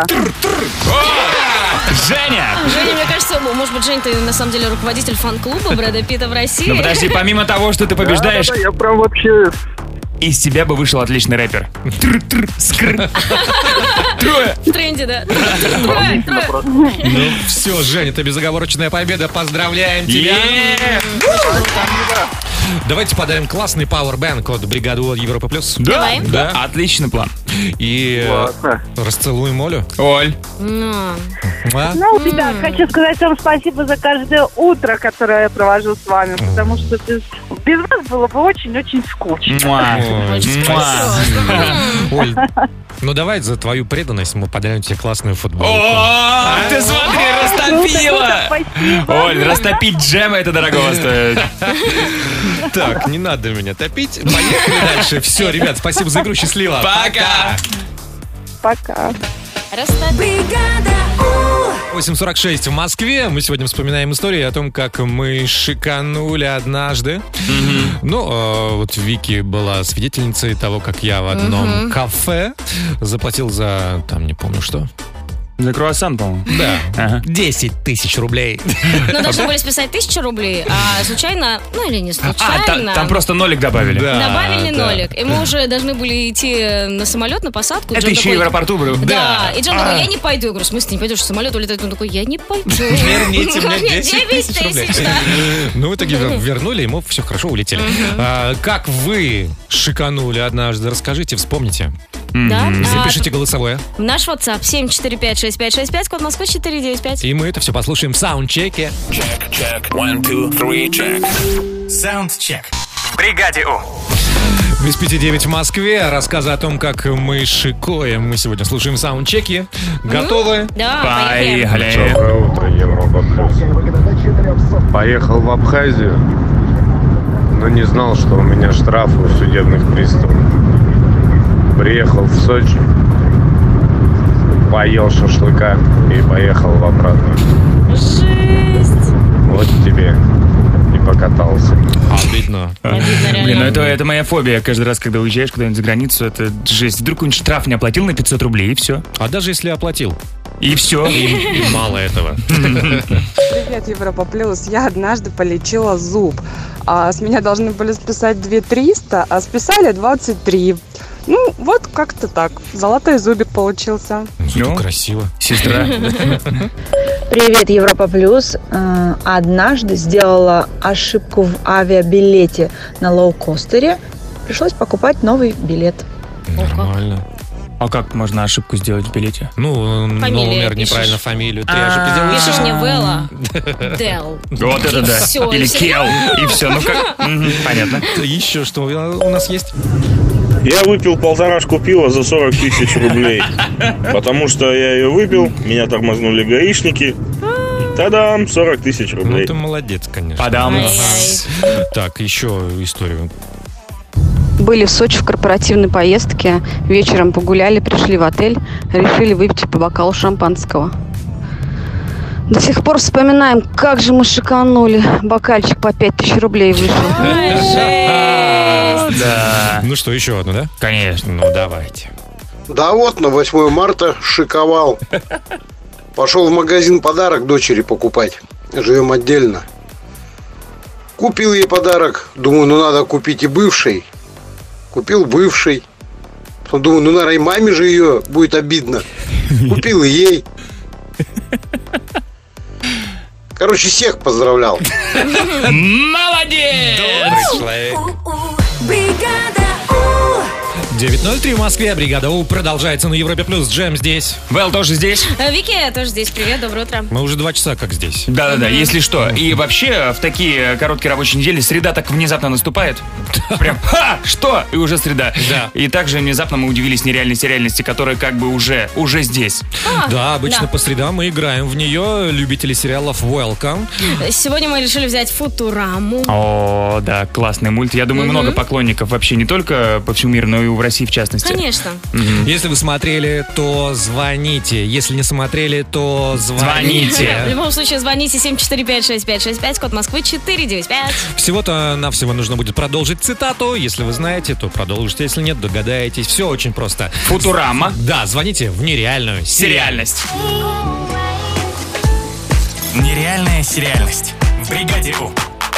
Speaker 2: Женя!
Speaker 3: Женя, мне кажется, может быть, Жень, ты на самом деле руководитель фан-клуба Брэда Питта в России.
Speaker 2: Ну подожди, помимо того, что ты побеждаешь,
Speaker 7: Да-да-да, я прям вообще...
Speaker 2: из тебя бы вышел отличный рэпер. Тр-тр, скр. Трое!
Speaker 3: В тренде, да. Трое, трое.
Speaker 1: Ну все, Женя, это безоговорочная победа. Поздравляем тебя.
Speaker 2: Е-е-е!
Speaker 1: Давайте подарим классный пауэрбэнк от бригады У Европа Плюс.
Speaker 3: Давай.
Speaker 1: Да.
Speaker 2: Отличный план.
Speaker 1: И э,
Speaker 7: Ладно.
Speaker 1: расцелуем Олю.
Speaker 2: Оль,
Speaker 3: Ну,
Speaker 1: А?
Speaker 12: Ну, ребят, хочу сказать вам спасибо за каждое утро, которое я провожу с вами, потому что без, без вас было бы очень-очень скучно.
Speaker 2: муа.
Speaker 1: Ой,
Speaker 3: очень
Speaker 2: Муа.
Speaker 3: спасибо.
Speaker 1: Оль, ну давай за твою преданность мы подарим тебе классную футболку.
Speaker 2: О, ты смотри, растопила!
Speaker 12: Спасибо.
Speaker 2: Оль, растопить джема это дорого стоит.
Speaker 1: Так, не надо меня топить. Поехали дальше. Все, ребят, спасибо за игру. Счастливо.
Speaker 2: Пока!
Speaker 12: Пока.
Speaker 3: Бригада
Speaker 1: восемь сорок шесть в Москве. Мы сегодня вспоминаем историю о том, как мы шиканули однажды. Ну, э, вот Вики была свидетельницей того, как я в одном
Speaker 3: Мгм.
Speaker 1: кафе заплатил за, там, не помню что.
Speaker 2: За круассан, по-моему.
Speaker 1: Да.
Speaker 2: Ага.
Speaker 1: десять тысяч рублей.
Speaker 3: Ну, должны были списать тысячу рублей, а случайно, ну или не случайно.
Speaker 2: А, та- там просто нолик добавили.
Speaker 1: Да,
Speaker 3: Добавили
Speaker 1: да.
Speaker 3: нолик. И мы уже должны были идти на самолет, на посадку.
Speaker 2: Это
Speaker 3: Джон
Speaker 2: еще
Speaker 3: такой,
Speaker 2: и в аэропорту был.
Speaker 3: Да, и Джон
Speaker 2: А.
Speaker 3: такой, я не пойду. Я говорю, в смысле не пойдешь, в самолет улетает? Он такой, я не пойду.
Speaker 1: Верните мне десять тысяч рублей.
Speaker 3: тысяч, да.
Speaker 1: Ну, в итоге вернули, ему все хорошо, улетели. А, как вы шиканули однажды? Расскажите, вспомните.
Speaker 3: Да?
Speaker 1: Запишите голосовое.
Speaker 3: В наш WhatsApp семь четыре пять шесть пять шесть пять, код Москвы четыре девять пять.
Speaker 1: И мы это все послушаем в саундчеке.
Speaker 4: Саундчек. В бригаде У.
Speaker 1: Без пяти девять в Москве. Рассказы о том, как мы шикуем. Мы сегодня слушаем саундчеки. Готовы?
Speaker 3: Да, поехали.
Speaker 9: Доброе утро, Европа Плюс. Поехал в Абхазию, но не знал, что у меня штрафы у судебных приставов. Приехал в Сочи, поел шашлыка и поехал в обратно.
Speaker 3: Жесть.
Speaker 9: Вот тебе и покатался.
Speaker 1: Обидно.
Speaker 2: Блин, ну это, это моя фобия. Каждый раз, когда уезжаешь куда-нибудь за границу, это жесть. Вдруг какой-нибудь штраф не оплатил на пятьсот рублей, и все.
Speaker 1: А даже если оплатил?
Speaker 2: И все.
Speaker 1: И, и мало этого.
Speaker 13: Привет, Европа Плюс. Я однажды полечила зуб. А с меня должны были списать две триста, а списали двадцать три. Ну, вот как-то так. Золотой зубик получился.
Speaker 1: Ну, красиво.
Speaker 2: Сестра.
Speaker 14: Привет, Европа Плюс. Э, Однажды сделала ошибку в авиабилете на лоукостере. Пришлось покупать новый билет.
Speaker 1: Нормально.
Speaker 2: А как можно ошибку сделать в билете?
Speaker 1: Ну, номер, неправильно фамилию. Три ошибки делаешь.
Speaker 3: Пишешь не Вэлла, Дел.
Speaker 2: Вот это да.
Speaker 3: Всё,
Speaker 2: Или
Speaker 3: и всё.
Speaker 2: Кел. И все. Ну как? Мгм, понятно.
Speaker 1: Еще что у нас есть?
Speaker 15: Я выпил полторашку пива за сорок тысяч рублей. Потому что я ее выпил, меня тормознули гаишники. Та-дам, сорок тысяч
Speaker 1: Ну,
Speaker 15: рублей.
Speaker 1: ты молодец, конечно.
Speaker 2: Подам.
Speaker 1: Так, еще историю.
Speaker 16: Были в Сочи в корпоративной поездке. Вечером погуляли, пришли в отель. Решили выпить по бокалу шампанского. До сих пор вспоминаем, как же мы шиканули. Бокальчик по пять тысяч рублей вышел.
Speaker 2: Да.
Speaker 1: Ну что, еще одну, да?
Speaker 2: Конечно.
Speaker 1: Ну, давайте.
Speaker 17: Да вот, на восьмое марта шиковал. Пошел в магазин подарок дочери покупать. Живем отдельно. Купил ей подарок. Думаю, ну надо купить и бывший. Купил бывший. Потом думаю, ну наверное, и маме же ее будет обидно. Купил и ей. Короче, всех поздравлял.
Speaker 2: Молодец!
Speaker 1: Добрый человек. девять ноль три в Москве. Бригада У продолжается на Европе Плюс. Джем здесь.
Speaker 2: Вэл тоже здесь.
Speaker 3: Э, Вики тоже здесь. Привет, доброе утро.
Speaker 1: Мы уже два часа как здесь.
Speaker 2: Да-да-да, если что. И вообще, в такие короткие рабочие недели среда так внезапно наступает. Прям, ха, что? И уже среда.
Speaker 1: Да.
Speaker 2: И также внезапно мы удивились нереальности реальности, которая как бы уже, уже здесь.
Speaker 3: А,
Speaker 1: Да, обычно
Speaker 3: да.
Speaker 1: по средам мы играем в нее. Любители сериалов Welcome.
Speaker 3: Сегодня мы решили взять Футураму.
Speaker 2: О, да, классный мульт. Я думаю,
Speaker 3: Мгм.
Speaker 2: много поклонников вообще не только по всему миру, но и в России в частности.
Speaker 3: Конечно.
Speaker 1: Если вы смотрели, то звоните. Если не смотрели, то звоните.
Speaker 3: В любом случае, звоните семь четыре пять шесть пять шесть пять, код Москвы четыре девять пять.
Speaker 1: Всего-то навсего нужно будет продолжить цитату. Если вы знаете, то продолжите. Если нет, догадаетесь. Все очень просто.
Speaker 2: Футурама.
Speaker 1: Да, звоните в нереальную
Speaker 2: Сериальность.
Speaker 4: Нереальная сериальность. В бригаде У.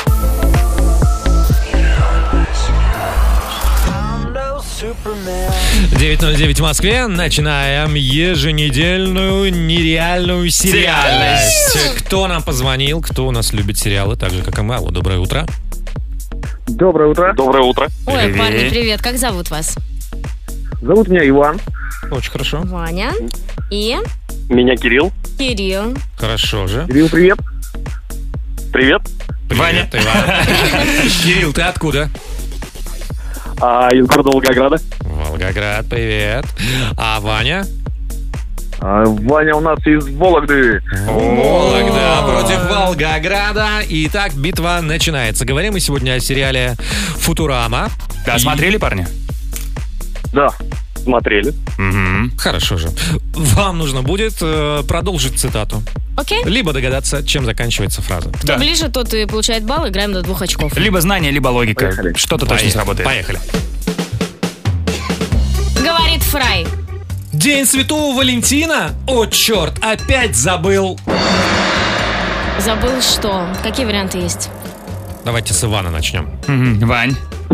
Speaker 1: девять ноль девять в Москве. Начинаем еженедельную нереальную сериальность. Кто нам позвонил? Кто у нас любит сериалы? Так же, как и мы. Алло, доброе утро.
Speaker 7: Доброе утро. Доброе утро.
Speaker 3: Ой, парни, привет. Как зовут вас?
Speaker 7: Зовут меня Иван.
Speaker 1: Очень хорошо.
Speaker 3: Ваня. И
Speaker 7: Меня Кирилл.
Speaker 3: Кирилл.
Speaker 1: Хорошо же.
Speaker 7: Кирилл, привет. Привет.
Speaker 1: Ваня. Кирилл, ты откуда?
Speaker 7: А, из города Волгограда.
Speaker 1: Волгоград, привет. А Ваня?
Speaker 7: А, Ваня у нас из Вологды.
Speaker 1: Вологда против Волгограда. Итак, битва начинается. Говорим мы сегодня о сериале «Футурама».
Speaker 2: Да, смотрели, парни?
Speaker 7: Да, смотрели.
Speaker 2: Угу.
Speaker 1: Хорошо же. Вам нужно будет э, продолжить цитату.
Speaker 3: Окей.
Speaker 1: Либо догадаться, чем заканчивается фраза.
Speaker 3: Кто ближе, тот и получает балл. Играем до двух очков.
Speaker 2: Либо знание, либо логика.
Speaker 7: Поехали.
Speaker 2: Что-то точно
Speaker 1: Поехали.
Speaker 2: сработает.
Speaker 1: Поехали.
Speaker 3: Говорит Фрай.
Speaker 1: День Святого Валентина? О, черт, опять забыл.
Speaker 3: Забыл что? Какие варианты есть?
Speaker 1: Давайте с Ивана начнем.
Speaker 2: Мгм. Вань.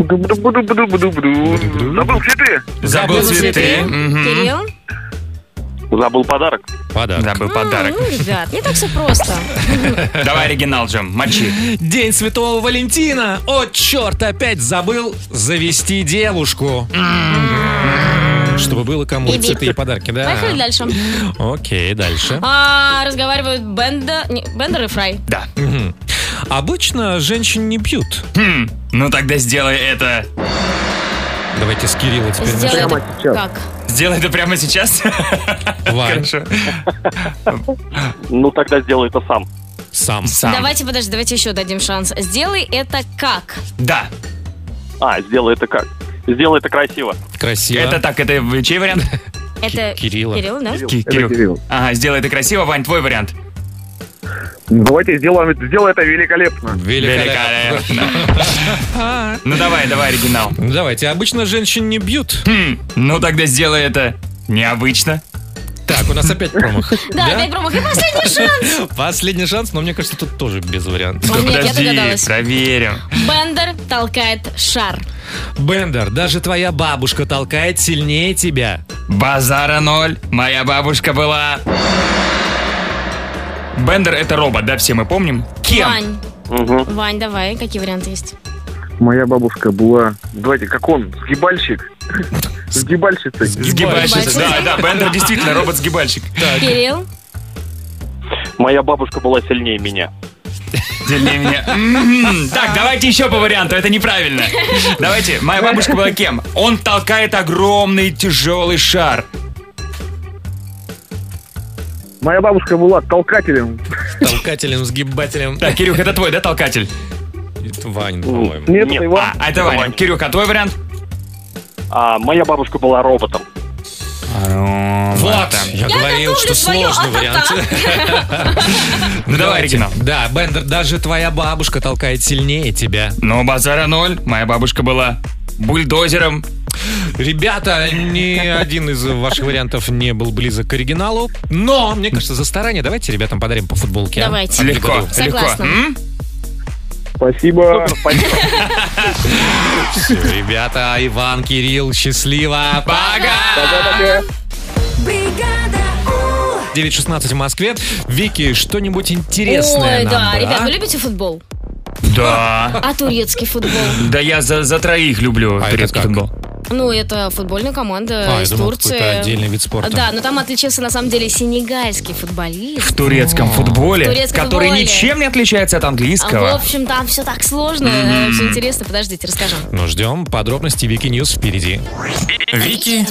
Speaker 7: Забыл цветы.
Speaker 2: Забыл цветы. Мгм.
Speaker 3: Кирилл?
Speaker 7: Забыл подарок.
Speaker 1: Подарок.
Speaker 2: Забыл подарок.
Speaker 3: Ну, ребят, не так все просто.
Speaker 2: Давай оригинал, Джем, мочи.
Speaker 1: День Святого Валентина. О, черт, опять забыл завести девушку. Чтобы было кому
Speaker 3: И
Speaker 1: цветы и
Speaker 3: бит.
Speaker 1: подарки, да?
Speaker 3: Поехали дальше.
Speaker 1: Окей, дальше.
Speaker 3: А, разговаривают Бенда, не, Бендер и Фрай.
Speaker 2: Да.
Speaker 1: Мгм. Обычно женщин не бьют.
Speaker 2: Хм, ну тогда сделай это.
Speaker 1: Давайте с Кирилла теперь
Speaker 3: Сделай
Speaker 1: начнем.
Speaker 3: это как?
Speaker 2: Сделай это прямо сейчас.
Speaker 1: Вань.
Speaker 2: Хорошо.
Speaker 7: Ну, тогда сделай это сам.
Speaker 1: Сам.
Speaker 3: Давайте, подожди, давайте еще дадим шанс. Сделай это как?
Speaker 2: Да.
Speaker 7: А, сделай это как? Сделай это красиво.
Speaker 1: Красиво.
Speaker 2: Это так, это чей вариант?
Speaker 3: Это
Speaker 1: Кирилла.
Speaker 3: Кирилл, да?
Speaker 2: Ки- Кирилл. Ага, сделай это красиво. Вань, твой вариант.
Speaker 7: Давайте сделаем, сделай это великолепно.
Speaker 1: Великолепно.
Speaker 2: Ну давай, давай оригинал.
Speaker 1: Ну, давайте, обычно женщин не бьют.
Speaker 2: Хм, ну тогда сделай это необычно.
Speaker 1: Так, у нас опять промах.
Speaker 3: Да, опять промах. И последний шанс.
Speaker 1: Последний шанс, но мне кажется, тут тоже без вариантов.
Speaker 3: О, нет, я
Speaker 2: Подожди,
Speaker 3: догадалась.
Speaker 2: проверим.
Speaker 3: Бендер толкает шар.
Speaker 1: Бендер, даже твоя бабушка толкает сильнее тебя.
Speaker 2: Базара ноль. Моя бабушка была... Бендер — это робот, да, все мы помним? Кем?
Speaker 3: Вань.
Speaker 7: Угу.
Speaker 3: Вань, давай, какие варианты есть?
Speaker 7: Моя бабушка была... Давайте, как он? Сгибальщик? Сгибальщица.
Speaker 2: Сгибальщица. Да, да, Бендер действительно робот-сгибальщик.
Speaker 3: Кирилл?
Speaker 7: Моя бабушка была сильнее меня.
Speaker 2: Сильнее меня. М-м-м. Так, давайте еще по варианту, это неправильно. Давайте, моя бабушка была кем? Он толкает огромный тяжелый шар.
Speaker 7: Моя бабушка была толкателем.
Speaker 1: Толкателем, сгибателем.
Speaker 2: Так, Кирюх, это твой, да, толкатель?
Speaker 1: Это Вань, по-моему.
Speaker 7: Нет,
Speaker 2: Нет,
Speaker 7: это Иван.
Speaker 2: а, а это Ваня. Кирюх, а твой вариант?
Speaker 7: А моя бабушка была роботом.
Speaker 1: Вот, я
Speaker 3: Я
Speaker 1: говорил,
Speaker 3: готовлю
Speaker 1: что
Speaker 3: свою
Speaker 1: сложный вариант.
Speaker 2: Ну давай оригинал.
Speaker 1: Да, Бендер, даже твоя бабушка толкает сильнее тебя.
Speaker 2: Ну, базара ноль. Моя бабушка была бульдозером.
Speaker 1: Ребята, ни один из ваших вариантов не был близок к оригиналу. Но, мне кажется, за старание давайте ребятам подарим по футболке. а?
Speaker 3: Давайте.
Speaker 2: Легко, легко.
Speaker 3: Согласна.
Speaker 2: М?
Speaker 7: Спасибо.
Speaker 1: Все, ребята, Иван, Кирилл, счастливо.
Speaker 2: Пока!
Speaker 1: девять шестнадцать в Москве. Вики, что-нибудь интересное
Speaker 3: Ой,
Speaker 1: нам
Speaker 3: да,
Speaker 1: бы,
Speaker 3: ребят,
Speaker 1: а?
Speaker 3: вы любите футбол?
Speaker 2: Да.
Speaker 3: А турецкий футбол?
Speaker 2: Да я за, за троих люблю
Speaker 1: А
Speaker 2: турецкий
Speaker 1: это как?
Speaker 2: футбол.
Speaker 3: Ну, это футбольная команда
Speaker 1: А, я
Speaker 3: из
Speaker 1: думал,
Speaker 3: Турции.
Speaker 1: какой-то отдельный вид спорта.
Speaker 3: Да, но там отличился на самом деле сенегальский футболист.
Speaker 2: В турецком футболе,
Speaker 3: В турецком
Speaker 2: который
Speaker 3: футболе.
Speaker 2: ничем не отличается от
Speaker 3: А, в
Speaker 2: английского.
Speaker 3: общем, там все так сложно,
Speaker 2: Мгм.
Speaker 3: все интересно. Подождите, расскажем.
Speaker 1: Ну, ждем подробности Вики Ньюс впереди.
Speaker 4: Вики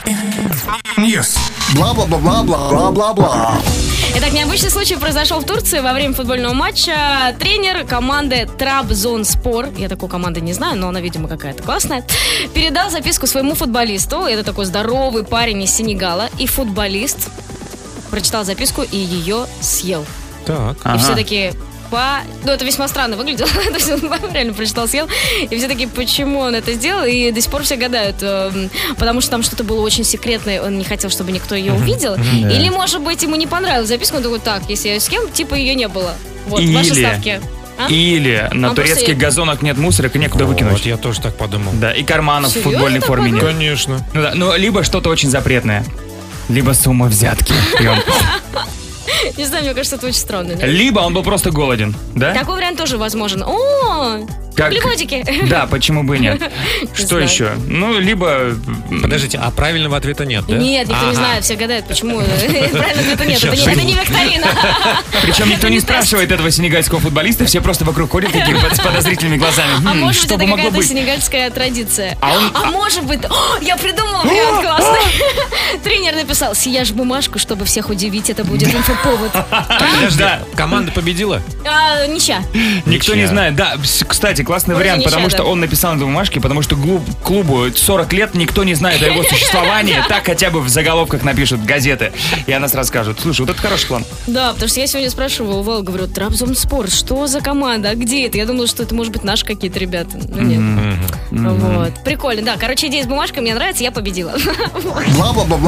Speaker 4: Ньюс.
Speaker 18: Бла-бла-бла-бла-бла-бла-бла.
Speaker 3: Итак, необычный случай произошел в Турции во время футбольного матча. Тренер команды Трабзонспор, я такой команды не знаю, но она, видимо, какая-то классная, передал записку своему футболисту. Это такой здоровый парень из Сенегала. И футболист прочитал записку и ее съел.
Speaker 1: Так.
Speaker 3: И все таки по... Ну, это весьма странно выглядело. То есть он реально прочитал, съел. И все таки почему он это сделал? И до сих пор все гадают. эм, Потому что там что-то было очень секретное. Он не хотел, чтобы никто ее увидел.
Speaker 2: Мгм. Да.
Speaker 3: Или, может быть, ему не понравилась записка. Он такой, так, если я ее съем, типа ее не было. Вот,
Speaker 2: Или-
Speaker 3: ваши ставки. А?
Speaker 2: Или на
Speaker 3: Он
Speaker 2: турецких
Speaker 3: просто-
Speaker 2: газонах нет мусорок и некуда
Speaker 1: Вот,
Speaker 2: выкинуть.
Speaker 1: я тоже так подумал.
Speaker 2: Да, и карманов в
Speaker 3: Серьезно
Speaker 2: футбольной
Speaker 3: так
Speaker 2: форме нет.
Speaker 1: Конечно.
Speaker 2: Ну да, ну либо что-то очень запретное, либо сумма взятки. И он-
Speaker 3: Не знаю, мне кажется, это очень странно. нет?
Speaker 2: Либо он был просто голоден, да?
Speaker 3: Такой вариант тоже возможен. О,
Speaker 2: Как-
Speaker 3: углеводики.
Speaker 2: Да, почему бы и нет? Что
Speaker 3: знаю.
Speaker 2: еще? Ну, либо...
Speaker 1: Подождите, а правильного ответа нет, да?
Speaker 3: Нет, никто не
Speaker 1: Ага.
Speaker 3: знает, все гадают, почему. Правильно, это нет, это не-
Speaker 1: Сейчас.
Speaker 3: это не викторина.
Speaker 2: Причем никто не спрашивает этого сенегальского футболиста, все просто вокруг ходят такие под- с подозрительными глазами.
Speaker 3: А
Speaker 2: Хм,
Speaker 3: может быть,
Speaker 2: что бы
Speaker 3: это
Speaker 2: могло
Speaker 3: какая-то
Speaker 2: быть?
Speaker 3: сенегальская традиция.
Speaker 2: А он-
Speaker 3: А может быть... О, я придумала вариант классный. Тренер написал, съешь бумажку, чтобы всех удивить, это будет инфоповод.
Speaker 2: Да,
Speaker 1: Команда победила?
Speaker 3: А, Ничья.
Speaker 2: никто не
Speaker 1: Ничья.
Speaker 2: знает. Да, с- кстати, классный
Speaker 3: Вроде
Speaker 2: вариант,
Speaker 3: ничья,
Speaker 2: потому что
Speaker 3: да.
Speaker 2: он написал на этой бумажке, потому что глуб- клубу сорок лет, никто не знает о его существовании. Так хотя бы в заголовках напишут газеты, и она сразу скажет, слушай, вот это хороший план.
Speaker 3: Да, потому что я сегодня спрашивала у Вала, говорю, Трабзонспор, что за команда, а где это? Я думала, что это может быть наши какие-то ребята. Ну нет. Вот. Прикольно, да. Короче, идея с бумажкой мне нравится, я победила.
Speaker 18: Бла-бла-бла-бла-бла.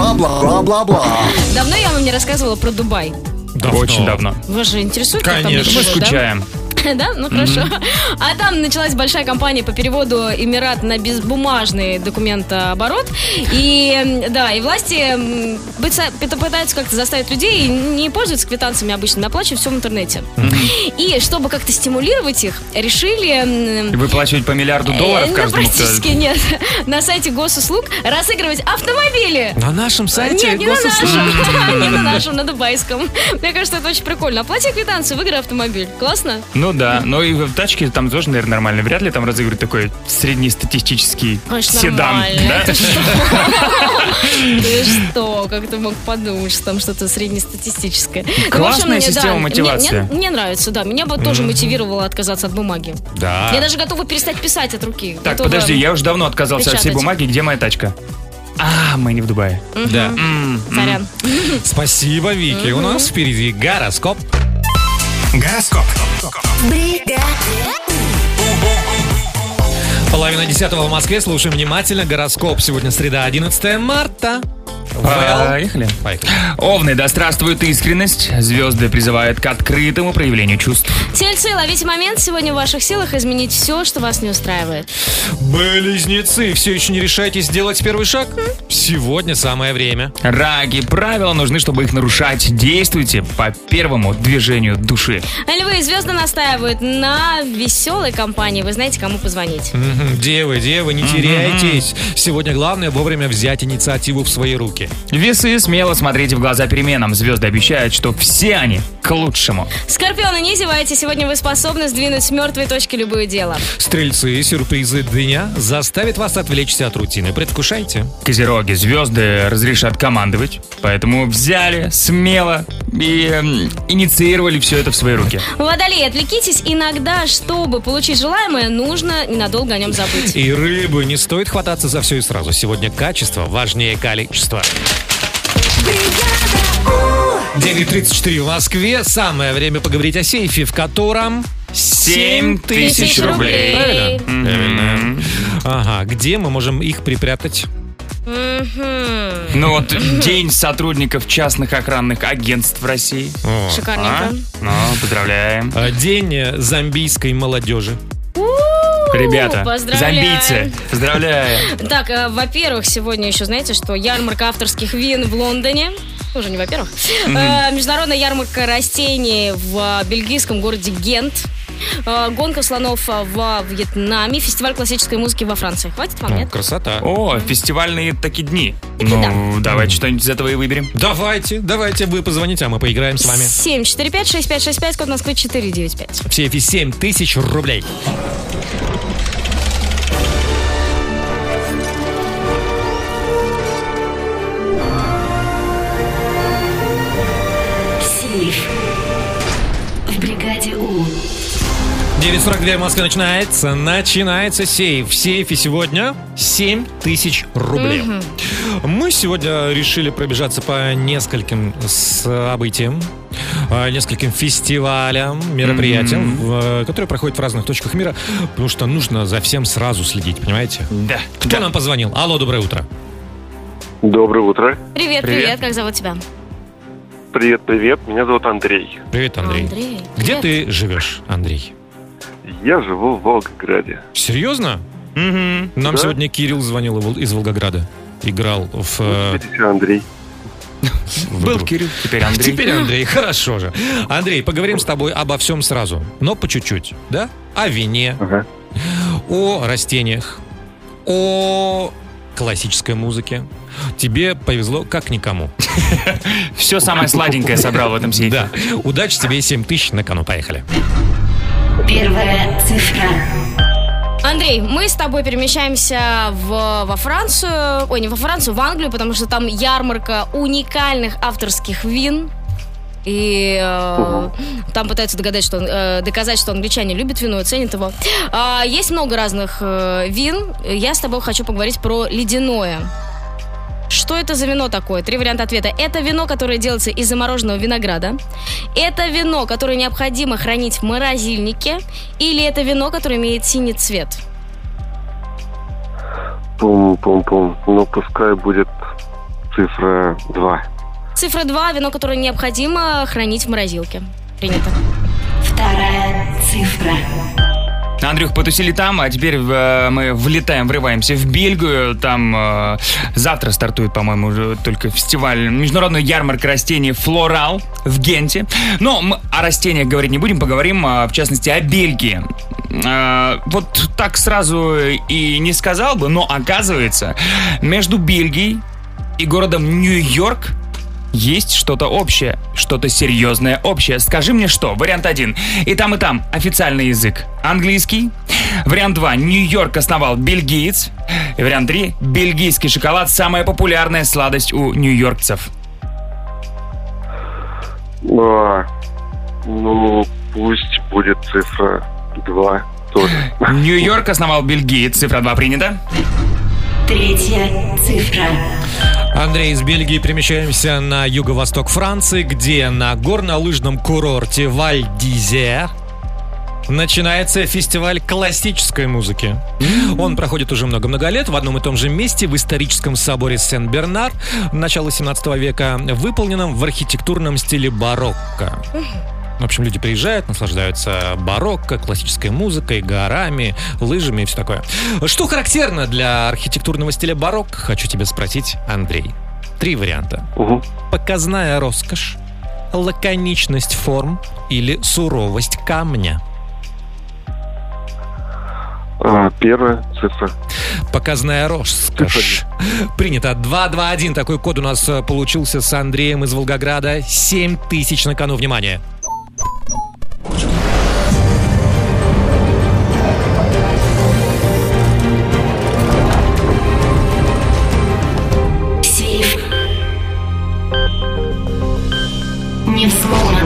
Speaker 18: Бла-бла-бла.
Speaker 3: Давно я вам не рассказывала про Дубай.
Speaker 2: Давно. Очень давно.
Speaker 3: Вас же интересует, как там
Speaker 2: Конечно, мы
Speaker 3: ничего, да?
Speaker 2: скучаем.
Speaker 3: Да? Ну хорошо. Mm-hmm. А там началась большая кампания по переводу Эмират на безбумажный документооборот. И да, и власти пытаются как-то заставить людей не пользоваться квитанциями обычными, оплачивать все в интернете. Mm-hmm. И чтобы как-то стимулировать их, решили...
Speaker 2: Выплачивать по миллиарду долларов
Speaker 3: э,
Speaker 2: каждому?
Speaker 3: Ну, практически кто... нет. На сайте госуслуг разыгрывать автомобили.
Speaker 1: На нашем сайте
Speaker 3: Нет, не
Speaker 1: госуслуг?
Speaker 3: на нашем. Не на нашем, на дубайском. Мне кажется, это очень прикольно. Оплати квитанцию, выиграй автомобиль. Классно?
Speaker 2: Ну да, но и в тачке там тоже, наверное, нормально. Вряд ли там разыгрывать такой среднестатистический
Speaker 3: Конечно,
Speaker 2: седан.
Speaker 3: нормально.
Speaker 2: Да?
Speaker 3: Ты что? Ты что? Как ты мог подумать, что там что-то среднестатистическое?
Speaker 2: Классная система мотивации.
Speaker 3: Мне нравится, да. Меня бы тоже мотивировало отказаться от бумаги.
Speaker 2: Да.
Speaker 3: Я даже готова перестать писать от руки.
Speaker 2: Так, подожди, я уже давно отказался от всей бумаги. Где моя тачка? А, мы не в Дубае.
Speaker 1: Да.
Speaker 3: Сорян.
Speaker 1: Спасибо, Вики. У нас впереди гороскоп.
Speaker 4: Гороскоп.
Speaker 1: Половина десятого в Москве. Слушаем внимательно. Гороскоп. Сегодня среда, одиннадцатое марта. Well.
Speaker 2: Поехали.
Speaker 1: Поехали.
Speaker 2: Овны, да здравствует искренность. Звезды призывают к открытому проявлению чувств.
Speaker 3: Тельцы, ловите момент. Сегодня в ваших силах изменить все, что вас не устраивает.
Speaker 1: Близнецы, все еще не решаетесь сделать первый шаг? Сегодня самое время.
Speaker 2: Раки, правила нужны, чтобы их нарушать. Действуйте по первому движению души.
Speaker 3: Львы, звезды настаивают на веселой компании. Вы знаете, кому позвонить.
Speaker 1: Mm-hmm. Девы, девы, не теряйтесь. Mm-hmm. Сегодня главное вовремя взять инициативу в свои руки.
Speaker 2: Весы, смело смотрите в глаза переменам. Звезды обещают, что все они к лучшему.
Speaker 3: Скорпионы, не зевайте. Сегодня вы способны сдвинуть с мертвой точки любое дело.
Speaker 1: Стрельцы, сюрпризы дня заставят вас отвлечься от рутины. Предвкушайте.
Speaker 2: Козероги, звезды разрешат командовать. Поэтому взяли смело и э, инициировали все это в свои руки.
Speaker 3: Водолеи, отвлекитесь. Иногда, чтобы получить желаемое, нужно ненадолго о нем забыть.
Speaker 1: И рыбы, не стоит хвататься за все и сразу. Сегодня качество важнее количества. девять тридцать четыре в Москве. Самое время поговорить о сейфе, в котором
Speaker 2: семь тысяч рублей.
Speaker 1: Правильно? Mm-hmm. Правильно. Ага, где мы можем их припрятать?
Speaker 3: Mm-hmm.
Speaker 2: Ну вот, день сотрудников частных охранных агентств в России.
Speaker 1: О.
Speaker 3: Шикарненько.
Speaker 2: А? Ну, поздравляем.
Speaker 1: День зомбийской молодежи.
Speaker 2: Ребята,
Speaker 3: поздравляем.
Speaker 2: зомбийцы, поздравляю.
Speaker 3: Так, э, во-первых, сегодня еще знаете, что ярмарка авторских вин в Лондоне. Уже не во-первых. Mm-hmm. Э, международная ярмарка растений в бельгийском городе Гент. Э, гонка слонов во Вьетнаме. Фестиваль классической музыки во Франции. Хватит вам,
Speaker 1: О,
Speaker 3: нет?
Speaker 1: красота.
Speaker 2: О, фестивальные такие дни.
Speaker 3: Таки
Speaker 2: ну, да. Давайте что-нибудь из этого и выберем.
Speaker 1: Давайте, давайте вы позвоните, а мы поиграем с вами.
Speaker 3: семь четыре пять шесть пять шесть пять, код Москвы четыре девять пять.
Speaker 1: В сейфе семь тысяч рублей.
Speaker 5: В бригаде У.
Speaker 1: девять сорок два в Москве начинается. Начинается сейф. В сейфе сегодня семь тысяч рублей. Угу. Мы сегодня решили пробежаться по нескольким событиям, нескольким фестивалям, мероприятиям, mm-hmm. которые проходят в разных точках мира, потому что нужно за всем сразу следить, понимаете?
Speaker 2: Да.
Speaker 1: Кто
Speaker 2: да.
Speaker 1: нам позвонил? Алло, доброе утро.
Speaker 7: Доброе утро.
Speaker 3: Привет, привет, привет. Как зовут тебя?
Speaker 7: Привет, привет. Меня зовут Андрей.
Speaker 1: Привет, Андрей.
Speaker 3: Андрей.
Speaker 1: Где
Speaker 3: привет.
Speaker 1: ты живешь, Андрей?
Speaker 7: Я живу в Волгограде.
Speaker 1: Серьезно?
Speaker 2: Mm-hmm.
Speaker 1: Нам
Speaker 7: да.
Speaker 1: сегодня Кирилл звонил из Волгограда. Играл в...
Speaker 7: Видите, Андрей.
Speaker 2: Был Кирилл, теперь Андрей.
Speaker 1: Теперь Андрей, хорошо же. Андрей, поговорим с тобой обо всем сразу, но по чуть-чуть, да? О вине,
Speaker 7: ага.
Speaker 1: о растениях, о классической музыке. Тебе повезло как никому.
Speaker 2: Все самое сладенькое собрал в этом сейфе.
Speaker 1: Да. Удачи тебе, семь тысяч на кону. Поехали.
Speaker 5: Первая цифра.
Speaker 3: Андрей, мы с тобой перемещаемся в, во Францию. Ой, не во Францию, в Англию, потому что там ярмарка уникальных авторских вин. И э, угу. там пытаются догадать, что, э, доказать, что англичане любят вино и ценят его. Э, есть много разных э, вин. Я с тобой хочу поговорить про ледяное. Что это за вино такое? Три варианта ответа. Это вино, которое делается из замороженного винограда. Это вино, которое необходимо хранить в морозильнике. Или это вино, которое имеет синий цвет?
Speaker 7: Пум-пум-пум. Ну, пускай будет цифра два.
Speaker 3: Цифра два. Вино, которое необходимо хранить в морозилке. Принято.
Speaker 5: Вторая цифра.
Speaker 2: Андрюх, потусили там, а теперь э, мы влетаем, врываемся в Бельгию. Там э, завтра стартует, по-моему, уже только фестиваль, международная ярмарка растений «Флорал» в Генте. Но мы о растениях говорить не будем, поговорим, э, в частности, о Бельгии. Э, вот так сразу и не сказал бы, но оказывается, между Бельгией и городом Нью-Йорк есть что-то общее, что-то серьезное общее. Скажи мне что. Вариант один. И там, и там официальный язык английский. Вариант два. Нью-Йорк основал бельгиец. И вариант три. Бельгийский шоколад – самая популярная сладость у нью-йоркцев.
Speaker 7: А, ну, пусть будет цифра два тоже.
Speaker 2: Нью-Йорк основал бельгиец. Цифра два принята.
Speaker 5: Третья цифра.
Speaker 1: Андрей, из Бельгии перемещаемся на юго-восток Франции, где на горнолыжном курорте Валь-д'Изер начинается фестиваль классической музыки. Он проходит уже много-много лет в одном и том же месте, в историческом соборе Сен-Бернар, начала семнадцатого века, выполненном в архитектурном стиле барокко. В общем, люди приезжают, наслаждаются барокко, классической музыкой, горами, лыжами и все такое. Что характерно для архитектурного стиля барокко, хочу тебя спросить, Андрей. Три варианта.
Speaker 7: Угу.
Speaker 1: Показная роскошь, лаконичность форм или суровость камня.
Speaker 7: А, первая цифра.
Speaker 1: Показная роскошь. Принято. два два один. Такой код у нас получился с Андреем из Волгограда. семь тысяч на кону. Внимание.
Speaker 5: Сейф не взломан.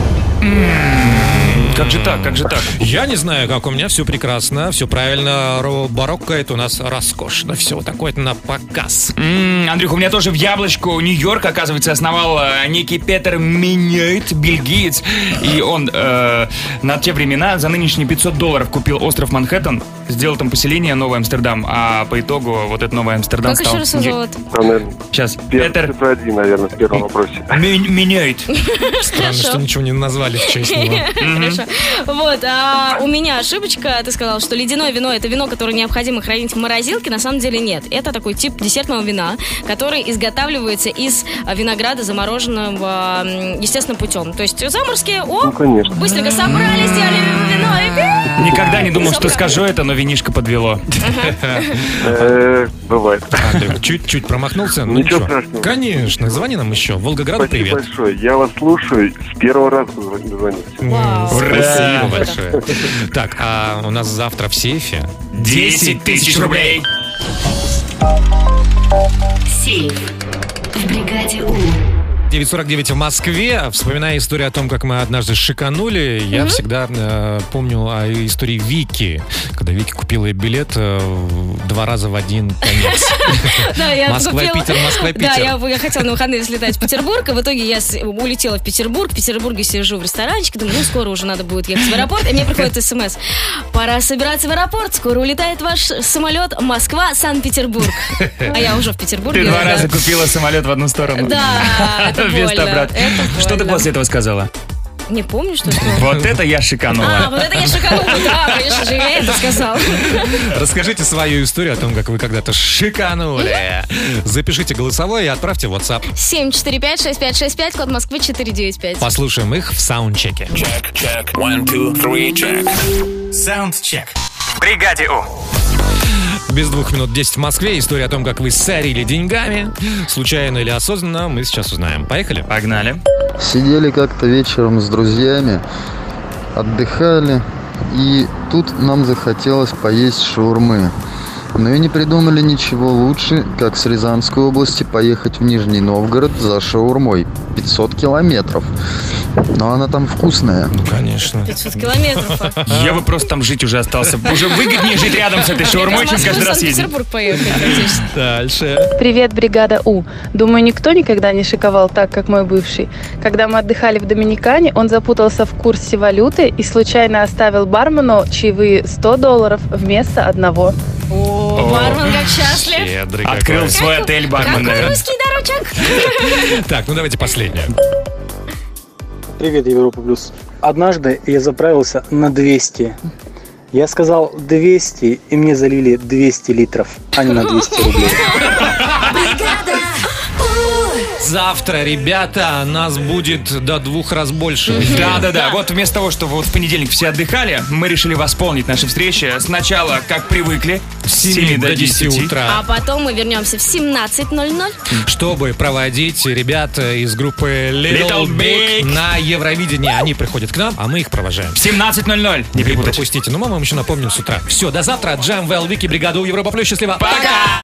Speaker 2: Как же так, как же так?
Speaker 1: Я не знаю, как у меня все прекрасно, все правильно. Ро- Барокко — это у нас роскошно, все вот такое на показ.
Speaker 2: М-м, Андрюх, у меня тоже в яблочку Нью-Йорк, оказывается, основал э, некий Петер Минейт, бельгиец. И он э, на те времена за нынешние пятьсот долларов купил остров Манхэттен, сделал там поселение Новый Амстердам, а по итогу вот этот Новый Амстердам
Speaker 3: Как
Speaker 2: стал...
Speaker 3: еще раз его зовут?
Speaker 7: Там, наверное,
Speaker 2: Сейчас,
Speaker 7: пер-
Speaker 2: Петер
Speaker 7: цифра один, наверное, в первом вопросе.
Speaker 2: Ми- Минейт.
Speaker 1: Странно, что ничего не назвали в честь него.
Speaker 3: Хорошо. Вот, а у меня ошибочка. Ты сказал, что ледяное вино — это вино, которое необходимо хранить в морозилке. На самом деле нет. Это такой тип десертного вина, который изготавливается из винограда, замороженного м, естественным путем. То есть заморские, о,
Speaker 7: Ну, конечно.
Speaker 3: быстренько собрали, сделали вино и пи-
Speaker 2: Никогда не думал, что
Speaker 3: Собрали.
Speaker 2: скажу это, но винишко подвело.
Speaker 7: Э, Бывает.
Speaker 1: Андрей, чуть-чуть промахнулся, ну
Speaker 7: Ничего
Speaker 1: ничего.
Speaker 7: страшного.
Speaker 1: Конечно, звони нам еще. Волгограду
Speaker 7: Спасибо
Speaker 1: привет.
Speaker 7: большое. Я вас слушаю. С первого раза звоню.
Speaker 1: М,
Speaker 2: Ура!
Speaker 1: Спасибо большое. Так, а у нас завтра в сейфе
Speaker 2: десять тысяч рублей.
Speaker 5: Сейф в бригаде У.
Speaker 1: девять сорок девять в Москве. Вспоминая историю о том, как мы однажды шиканули, я
Speaker 3: Мгм.
Speaker 1: всегда э, помню о истории Вики, когда Вики купила билет э, два раза в один конец.
Speaker 3: Да, я
Speaker 1: Москва-Питер,
Speaker 3: купила-
Speaker 1: Москва-Питер.
Speaker 3: Да, я, я хотела на выходные слетать в Петербург, и в итоге я с- улетела в Петербург. В Петербурге сижу в ресторанчике, думаю, ну, скоро уже надо будет ехать в аэропорт. И мне приходит смс. Пора собираться в аэропорт, скоро улетает ваш самолет Москва-Санкт-Петербург. А я уже в Петербурге.
Speaker 2: Ты два
Speaker 3: да.
Speaker 2: раза купила самолет в одну сторону.
Speaker 3: Да, это
Speaker 2: Вместо
Speaker 3: больно,
Speaker 2: обратно.
Speaker 3: это
Speaker 2: Что ты
Speaker 3: больно.
Speaker 2: после этого сказала?
Speaker 3: Не помню, что это.
Speaker 2: Вот это я
Speaker 3: А,
Speaker 2: шиканула.
Speaker 3: вот это я шиканула, да, конечно же, я это сказала.
Speaker 1: Расскажите свою историю о том, как вы когда-то шиканули. Запишите голосовое и отправьте в WhatsApp.
Speaker 3: семь четыре пять шесть пять шесть пять, код Москвы четыре девять пять.
Speaker 1: Послушаем их в саундчеке.
Speaker 4: Саундчек. В бригаде У.
Speaker 1: Без двух минут десять в Москве. История о том, как вы сорили деньгами. Случайно или осознанно, мы сейчас узнаем. Поехали?
Speaker 2: Погнали.
Speaker 18: Сидели как-то вечером с друзьями, отдыхали, и тут нам захотелось поесть шаурмы. Но и не придумали ничего лучше, как с Рязанской области поехать в Нижний Новгород за шаурмой. пятьсот километров. Но она там вкусная.
Speaker 1: Ну, конечно.
Speaker 3: пятьсот километров.
Speaker 2: Я бы просто там жить уже остался. Уже выгоднее жить рядом с этой шаурмой, чем каждый раз ездить.
Speaker 3: В Санкт-Петербург поехать, конечно.
Speaker 1: Дальше.
Speaker 19: Привет, бригада У. Думаю, никто никогда не шиковал так, как мой бывший. Когда мы отдыхали в Доминикане, он запутался в курсе валюты и случайно оставил бармену чаевые сто долларов вместо одного.
Speaker 3: О, бармен как счастлив.
Speaker 1: Щедрый
Speaker 2: Открыл
Speaker 1: какой.
Speaker 2: свой отель бармен,
Speaker 3: Какой
Speaker 2: наверное.
Speaker 3: русский дорожек.
Speaker 1: Так, ну давайте последнее.
Speaker 20: Привет, Европа Плюс. Однажды я заправился на двести. Я сказал двести, и мне залили двести литров, а не на двести рублей.
Speaker 1: Завтра, ребята, нас будет до двух раз больше.
Speaker 2: Да-да-да, вот вместо того, чтобы вот в понедельник все отдыхали, мы решили восполнить наши встречи. Сначала, как привыкли, с семи до десяти
Speaker 3: А потом мы вернемся в семнадцать ноль ноль.
Speaker 1: Чтобы проводить ребят из группы Little,
Speaker 2: Little
Speaker 1: Big,
Speaker 2: Big
Speaker 1: на Евровидение. Они приходят к нам, а мы их провожаем.
Speaker 2: В семнадцать ноль ноль, не
Speaker 1: Не
Speaker 2: перепутать.
Speaker 1: пропустите. Ну, мы вам еще напомним с утра. Все, до завтра. Джем, Вэл, Вики, бригада у Европа Плюс. Счастливо.
Speaker 2: Пока!